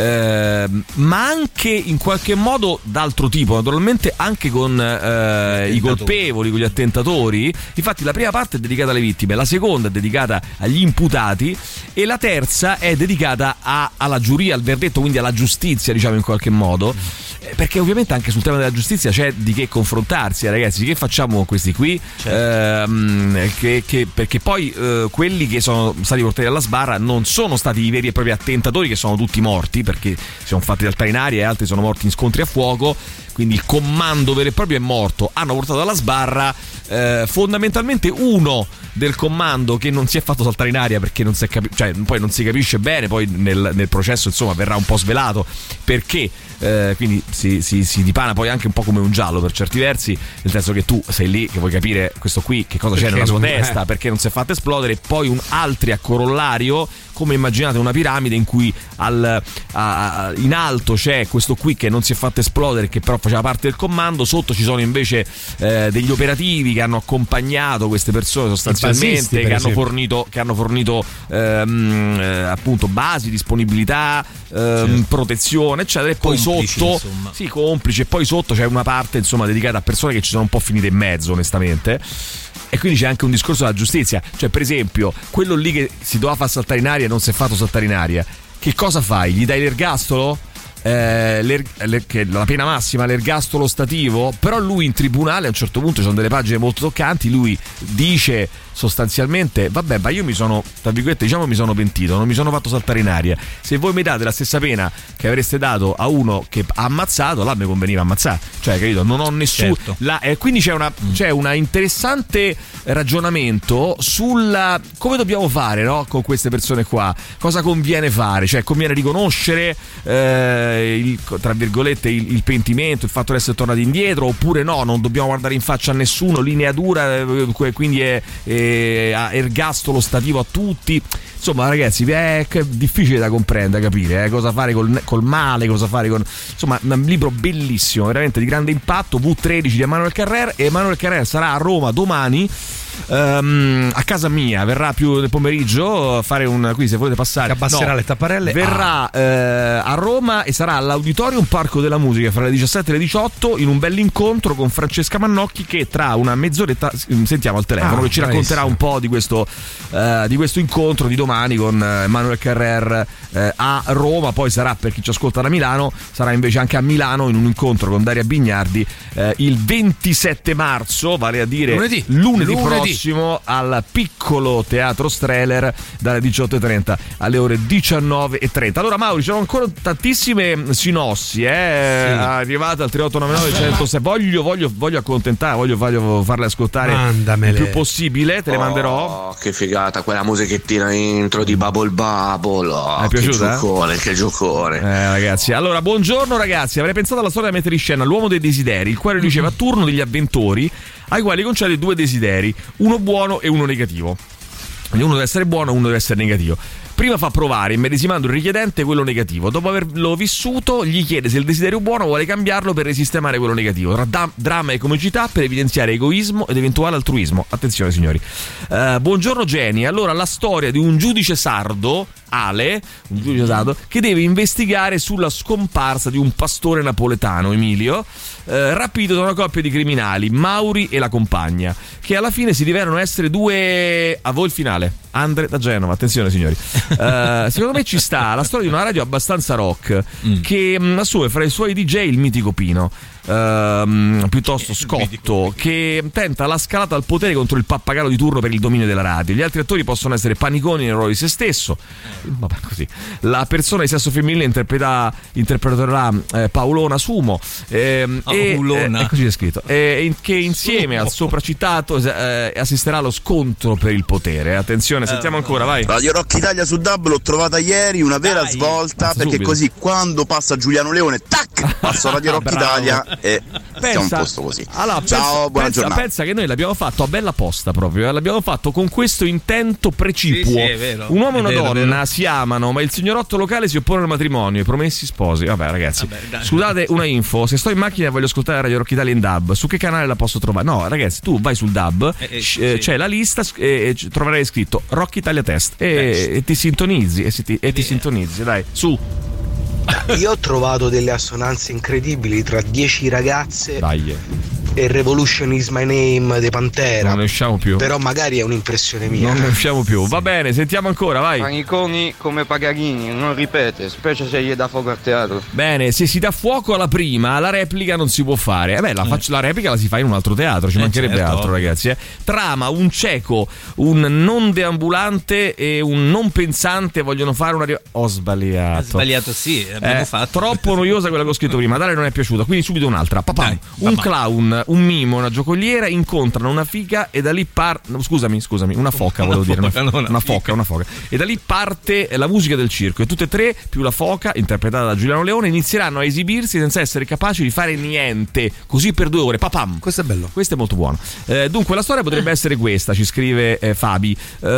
eh, ma anche in qualche modo d'altro tipo, naturalmente anche con eh, i colpevoli, con gli attentatori. Infatti la prima parte è dedicata alle vittime, la seconda è dedicata agli imputati e la terza è dedicata a, alla giuria, al verdetto, quindi alla giustizia, diciamo, in qualche modo, perché ovviamente anche sul tema della giustizia c'è di che confrontarsi, eh, ragazzi. Che facciamo con questi qui? Certo. Ehm, che, che, perché poi eh, quelli che sono stati portati alla sbarra non sono stati i veri e propri attentatori, che sono tutti morti, perché si sono fatti saltare in aria e altri sono morti in scontri a fuoco, quindi il comando vero e proprio è morto. Hanno portato alla sbarra eh, fondamentalmente uno del comando che non si è fatto saltare in aria, perché non si è capi- cioè poi non si capisce bene, poi nel, nel processo insomma verrà un po' svelato perché, eh, quindi si, si, si dipana poi anche un po' come un giallo per certi versi, nel senso che tu sei lì che vuoi capire questo qui che cosa perché c'è nella sua testa, perché non si è fatto esplodere, e poi un altri a corollario, come immaginate una piramide in cui al, a, a, in alto c'è questo qui che non si è fatto esplodere, che però faceva parte del comando, sotto ci sono invece eh, degli operativi che hanno accompagnato queste persone sostanzialmente, che hanno fornito, che hanno fornito ehm, eh, appunto basi, disponibilità, ehm, certo. protezione eccetera, e poi complici, sotto insomma. Sì, complici, e poi sotto c'è una parte insomma dedicata a persone che ci sono un po' finite in mezzo onestamente. E quindi c'è anche un discorso della giustizia, cioè per esempio quello lì che si doveva far saltare in aria e non si è fatto saltare in aria, che cosa fai? Gli dai l'ergastolo? Eh, l'er- l'er- che la pena massima, l'ergastolo stativo? Però lui in tribunale a un certo punto, ci sono delle pagine molto toccanti, lui dice sostanzialmente vabbè, ma io mi sono, tra virgolette, diciamo mi sono pentito, non mi sono fatto saltare in aria, se voi mi date la stessa pena che avreste dato a uno che ha ammazzato, là mi conveniva ammazzare, cioè capito, non ho nessuno, certo. la, eh, quindi c'è una mm. c'è una interessante ragionamento sulla come dobbiamo fare, no? Con queste persone qua, cosa conviene fare, cioè conviene riconoscere eh, il, tra virgolette il, il pentimento, il fatto di essere tornati indietro, oppure no, non dobbiamo guardare in faccia a nessuno, linea dura, eh, quindi è, è ergastolo stativo a tutti. Insomma ragazzi, è difficile da comprendere, capire eh, cosa fare col, col male, cosa fare con, insomma un libro bellissimo, veramente di grande impatto, V tredici di Emmanuel Carrère. E Emmanuel Carrère sarà a Roma domani, um, a casa mia, verrà più nel pomeriggio a fare un, qui se volete passare, che abbasserà no, le tapparelle, verrà ah. eh, a Roma e sarà all'Auditorium Parco della Musica fra le diciassette e le diciotto in un bell'incontro con Francesca Mannocchi, che tra una mezz'oretta sentiamo al telefono, ah, che ci racconterà un po' di questo, uh, di questo incontro di domani con Emmanuel Carrère eh, a Roma. Poi sarà, per chi ci ascolta da Milano, sarà invece anche a Milano in un incontro con Daria Bignardi eh, il ventisette marzo, vale a dire lunedì, lunedì, lunedì prossimo sì. al piccolo Teatro Streller dalle diciotto e trenta alle ore diciannove e trenta. Allora Mauri, c'erano ancora tantissime sinossi, eh? Sì. Arrivate al tre otto nove nove centosei. Voglio, voglio, voglio accontentare, voglio, voglio farle ascoltare Mandamele. il più possibile, te le oh, manderò. Che figata, quella musichettina intro di Bubble Bubble. Oh, è piaciuta? Che giocone, che giocone. Eh, ragazzi, allora buongiorno ragazzi, avrei pensato alla storia da mettere in scena l'uomo dei desideri, il quale riceve a turno degli avventori ai quali concede due desideri, uno buono e uno negativo. Quindi uno deve essere buono e uno deve essere negativo. Prima fa provare, immedesimando il richiedente, quello negativo. Dopo averlo vissuto, gli chiede se il desiderio buono vuole cambiarlo per risistemare quello negativo. Tra dam- dramma e comicità per evidenziare egoismo ed eventuale altruismo. Attenzione signori. Uh, buongiorno Jenny. Allora, la storia di un giudice sardo, Ale, un giudice sardo, che deve investigare sulla scomparsa di un pastore napoletano, Emilio, eh, rapito da una coppia di criminali, Mauri e la compagna, che alla fine si rivelano essere due... A voi il finale. Andre da Genova, attenzione signori. Uh, secondo me ci sta la storia di una radio abbastanza rock mm. che mh, assume fra i suoi D J il mitico Pino. Uh, piuttosto Scotto, che tenta la scalata al potere contro il pappagallo di turno per il dominio della radio. Gli altri attori possono essere Paniconi nel ruolo di se stesso. Vabbè, così. La persona di sesso femminile interpreta, interpreterà eh, Paolona Sumo ehm, Paolona. e, eh, così è scritto e, che insieme al sopracitato eh, assisterà allo scontro per il potere. Attenzione, sentiamo ancora, vai. Radio Rock Italia su Dub l'ho trovata ieri, una vera Dai. svolta, Passa perché subito. Così quando passa Giuliano Leone, tac, passo Radio Rock Italia e pensa, siamo a posto così. Allora, ciao, pensa, buona pensa, giornata. Pensa che noi l'abbiamo fatto a bella posta proprio, eh? L'abbiamo fatto con questo intento precipuo. Sì, sì, è vero. Un uomo e È una vero, donna vero. si amano, ma il signorotto locale si oppone al matrimonio, i promessi sposi. Vabbè ragazzi, Vabbè, dai. scusate, una info, se sto in macchina e voglio ascoltare Radio Rock Italia in dub, su che canale la posso trovare? No ragazzi, tu vai sul dub, eh, eh, c- sì. c'è la lista e eh, troverai scritto Rock Italia Test e, e ti sintonizzi e, ti, e ti sintonizzi, dai, su. Io ho trovato delle assonanze incredibili tra dieci ragazze Dai. e Revolution is my name dei Pantera. Non ne usciamo più. Però magari è un'impressione mia. Non ne usciamo più. Va bene, sentiamo ancora, vai. Paniconi come Pagarini, non ripete, specie se gli dà fuoco al teatro. Bene, se si dà fuoco alla prima, la replica non si può fare. Eh beh, la, faccio, la replica la si fa in un altro teatro, ci Eh, mancherebbe certo. altro, ragazzi. Eh. Trama, un cieco, un non deambulante e un non pensante vogliono fare una... Ri- ho sbagliato. Ha sbagliato, sì, abbiamo Eh, fatto. troppo noiosa quella che ho scritto prima, Dale non è piaciuta, quindi subito un'altra. Papà, Dai, un papà. clown, un mimo, una giocoliera incontrano una figa e da lì parte. No, scusami, scusami, una foca volevo dire. foca, Una, non una una figa. foca, una foca. E da lì parte la musica del circo. E tutte e tre, più la foca, interpretata da Giuliano Leone, inizieranno a esibirsi senza essere capaci di fare niente. Così per due ore. Papam. Questo è bello. Questo è molto buono. Eh, dunque, la storia potrebbe essere questa, ci scrive eh, Fabi.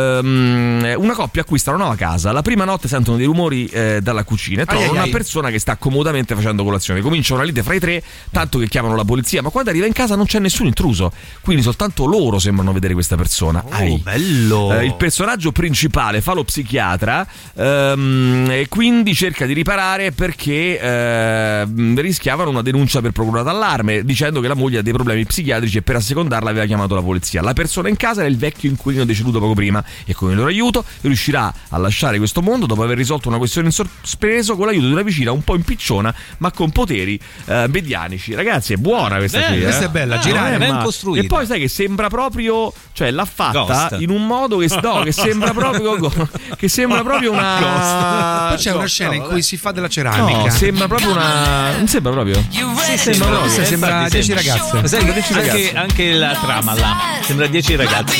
Ehm, una coppia acquista una nuova casa. La prima notte sentono dei rumori eh, dalla cucina e trovano Ai, ai, una ai. persona che sta comodamente facendo colazione. Comincia una lite fra i tre, tanto che chiamano la polizia, ma quando arriva in casa non c'è nessun intruso. Quindi soltanto loro sembrano vedere questa persona. Oh, Ai. bello. Eh, il personaggio principale fa lo psichiatra ehm, e quindi cerca di riparare perché ehm, rischiavano una denuncia per procura d'allarme, dicendo che la moglie ha dei problemi psichiatrici e per assecondarla aveva chiamato la polizia. La persona in casa era il vecchio inquilino deceduto poco prima e con il loro aiuto riuscirà a lasciare questo mondo dopo aver risolto una questione in sospeso con l'aiuto di una vicina un po' impicciona ma con poteri eh, medianici. Ragazzi, è buona questa Beh, qui. questa eh? è bella, Ah, girare, eh, ben ma- costruita. E poi sai che sembra proprio, cioè l'ha fatta Ghost. in un modo che, no, che sembra proprio che sembra proprio una Poi c'è una scena in cui si fa della ceramica. No, sembra proprio una non sembra proprio Sì, sembra proprio. Sì, Sembra infatti, dieci sembra. ragazze. Ma sai, Sembra dieci anche, ragazze. anche la trama là sembra dieci ragazzi.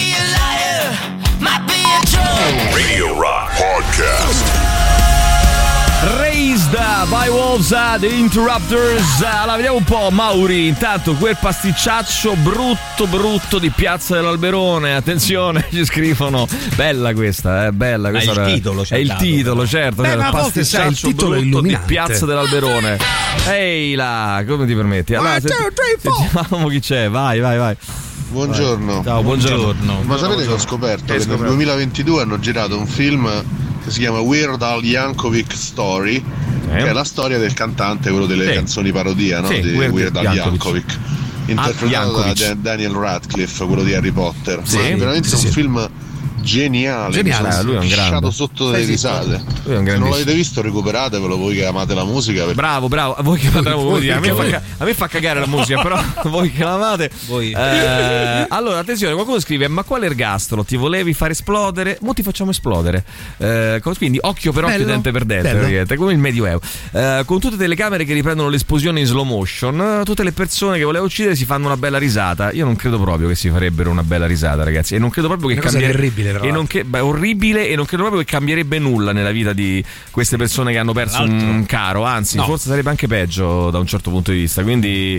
Radio Rock Podcast. Raised by Wolves, The Interrupters. Allora vediamo un po', Mauri. Intanto quel pasticciaccio brutto brutto di Piazza dell'Alberone. Attenzione, ci scrivono. Bella questa, è eh, bella questa. È il titolo, È il dato, titolo, però. certo. Beh, certo, ma a volte, sai, il pasticciaccio titolo è brutto di illuminante. Piazza dell'Alberone. Ehi là, come ti permetti? Allora, One, senti- two, three, four. sentiamo chi c'è. Vai, vai, vai. Buongiorno. Ciao, buongiorno. Buongiorno. Ma sapete che ho scoperto Che hai che nel scoperto? duemilaventidue hanno girato un film che si chiama Weird Al Yankovic Story, Eh? che è la storia del cantante, quello delle Sì. canzoni parodia, no? Sì, di Weird Weird, Al Yankovic. Yankovic, interpretato da Yankovic. Dan- Daniel Radcliffe, quello di Harry Potter. Sì, Ma è veramente sì, un sì. film geniale, Geniale, mi sono lui è un grande. schiacciato sotto delle Sì, sì, risate. lui è un Se non grandissimo. l'avete visto recuperatevelo voi che amate la musica. perché- Bravo, bravo, voi che amate la musica. A me, fa, ca- a me fa cagare la musica, però voi che la amate. Voi. Eh, allora, attenzione, qualcuno scrive: ma quale ergastolo? Ti volevi far esplodere? Mo ti facciamo esplodere. Eh, co- quindi occhio per occhio, Bello, dente per dente, bello. praticamente, come il Medioevo. Eh, con tutte le telecamere che riprendono l'esplosione in slow motion, eh, tutte le persone che voleva uccidere si fanno una bella risata. Io non credo proprio che si farebbero una bella risata, ragazzi. E non credo proprio che Una cosa cambiere- terribile, tra e non che, beh, orribile, e non credo proprio che cambierebbe nulla nella vita di queste persone che hanno perso un caro. Anzi, No. forse sarebbe anche peggio da un certo punto di vista. Quindi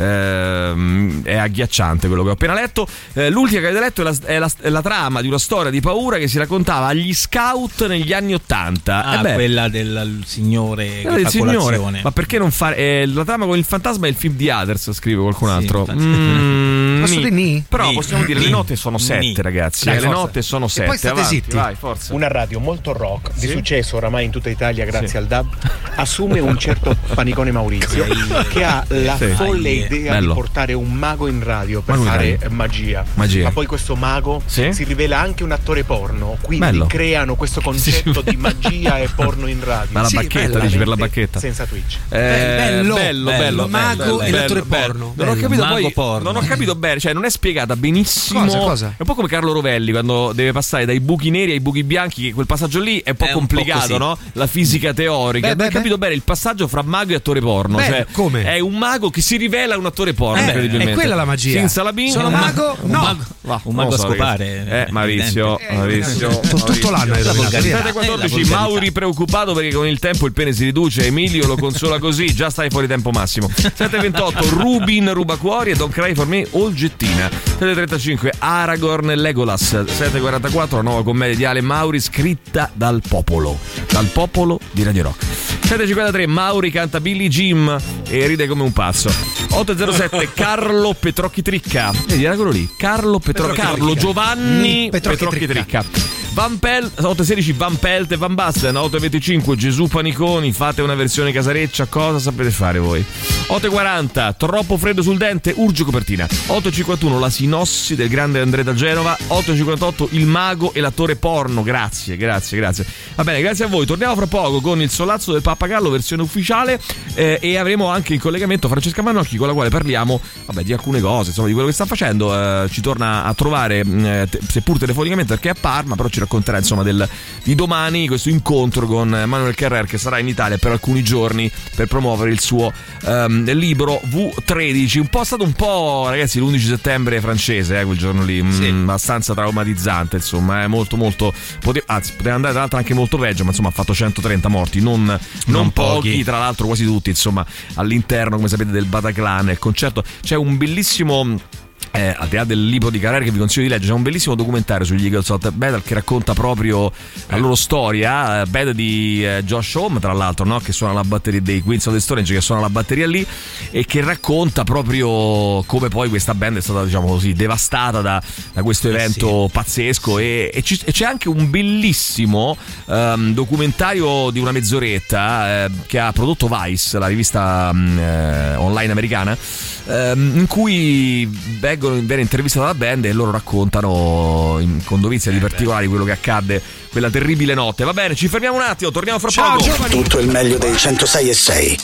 ehm, è agghiacciante quello che ho appena letto. Eh, l'ultima che avete letto è la, è, la, è la trama di una storia di paura che si raccontava agli scout negli anni Ottanta. Ah, Eh beh, quella del signore che quella del fa signore. colazione. Ma perché non fare eh, la trama con il fantasma e il film di Others, scrive qualcun altro. infatti. Mm, Posso ni. dire ni? Però Ni. possiamo dire le Ni. note sono sette, Ni. ragazzi. Dai, eh, le forza. note sono E sette. poi state Avanti, zitti. vai, forza. Una radio molto rock, di Sì. successo oramai in tutta Italia grazie Sì. al D A B, assume un certo Panicone Maurizio che ha la Sì. folle Ai, idea bello. di portare un mago in radio per Mago in fare radio. magia. Magia. Ma poi questo mago Sì. si rivela anche un attore porno, quindi Bello. creano questo concetto di magia e porno in radio. Ma la Sì, bacchetta, veramente dici, per la bacchetta? senza Twitch. Eh, bello, bello, bello, bello, mago bello, e bello, l'attore bello. porno. Non ho Bello. capito Mago poi, porno. non ho capito bene, cioè non è spiegata benissimo. Cosa, cosa? È un po' come Carlo Rovelli quando deve passare dai buchi neri ai buchi bianchi, che quel passaggio lì è un po' È un po' complicato, così. no? La fisica teorica. Beh, non ho beh, capito bene il passaggio fra mago e attore porno, Beh, cioè come? è un mago che si rivela un attore porno, Eh, incredibilmente. è quella la magia. Senza la binga. Sono un mago? un No. mago, va, Un non mago lo so, a scopare, ragazzi. eh, Eh, Maurizio, Eh, Maurizio, tutto- tutto l'anno hai La rovinato, volgarità. via. sette e quattordici, Eh, la volgarità. Mauri preoccupato perché con il tempo il pene si riduce. Emilio lo consola così, già stai fuori tempo massimo. sette e ventotto, Rubin rubacuori e Don't Cry for Me Olgettina. sette e trentacinque, Aragorn e Legolas. sette e quarantaquattro, la nuova commedia di Ale Mauri scritta dal popolo, dal popolo di Radio Rock. sette e cinquantatré, Mauri canta Billie Jim e ride come un pazzo. otto e zero sette, Carlo Petrocchi Tricca. Vedi, era quello lì. Carlo Petro- Petrocchi Carlo Tricca. Giovanni Ni Petrocchi Petrocchi Tricca. Tricca. Van Pel, otto e sedici, Van Pelt e Van Basten. otto e venticinque, Gesù Paniconi. Fate una versione casareccia, cosa sapete fare voi? otto e quaranta, Troppo freddo sul dente, urge copertina. otto e cinquantuno, La sinossi del grande Andrea da Genova. otto e cinquantotto, Il mago e l'attore porno. Grazie, grazie, grazie. Va bene, grazie a voi. Torniamo fra poco con il solazzo del Pappagallo versione ufficiale, eh, e avremo anche in collegamento Francesca Manocchi, con la quale parliamo, vabbè, di alcune cose, insomma, di quello che sta facendo. Eh, ci torna a trovare, mh, eh, te- seppur telefonicamente perché è a Parma, però ci racconterà insomma del, di domani, questo incontro con Manuel Carrer, che sarà in Italia per alcuni giorni per promuovere il suo ehm, libro V tredici. Un po' stato un po', ragazzi, l'undici settembre francese, eh, quel giorno lì, Sì. mh, abbastanza traumatizzante, insomma, è molto molto pote- anzi, poteva andare tra l'altro anche molto peggio, ma insomma ha fatto centotrenta morti, non, non, Non pochi, pochi. tra l'altro quasi tutti, insomma, all'interno, come sapete, del Bataclan. Il concerto, c'è un bellissimo, Eh, al di là del libro di Carrera che vi consiglio di leggere, c'è un bellissimo documentario sugli Eagles of Battle che racconta proprio la loro storia, eh, Bad di eh, Josh Homme, tra l'altro, no? Che suona la batteria dei Queens of the Stone Age, che suona la batteria lì, e che racconta proprio come poi questa band è stata, diciamo così, devastata da, da questo evento sì. pazzesco. E, e, ci, e c'è anche un bellissimo um, documentario di una mezz'oretta eh, che ha prodotto Vice, la rivista um, eh, online americana, um, in cui vengono viene intervistata la band e loro raccontano in, con dovizia di particolari quello che accadde quella terribile notte. Va bene, ci fermiamo un attimo, torniamo fra Ciao, poco. giovani. Tutto il meglio dei centosei e sei.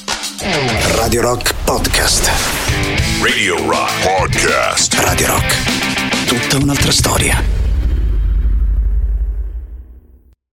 Radio Rock Podcast. Radio Rock Podcast. Radio Rock. Tutta un'altra storia.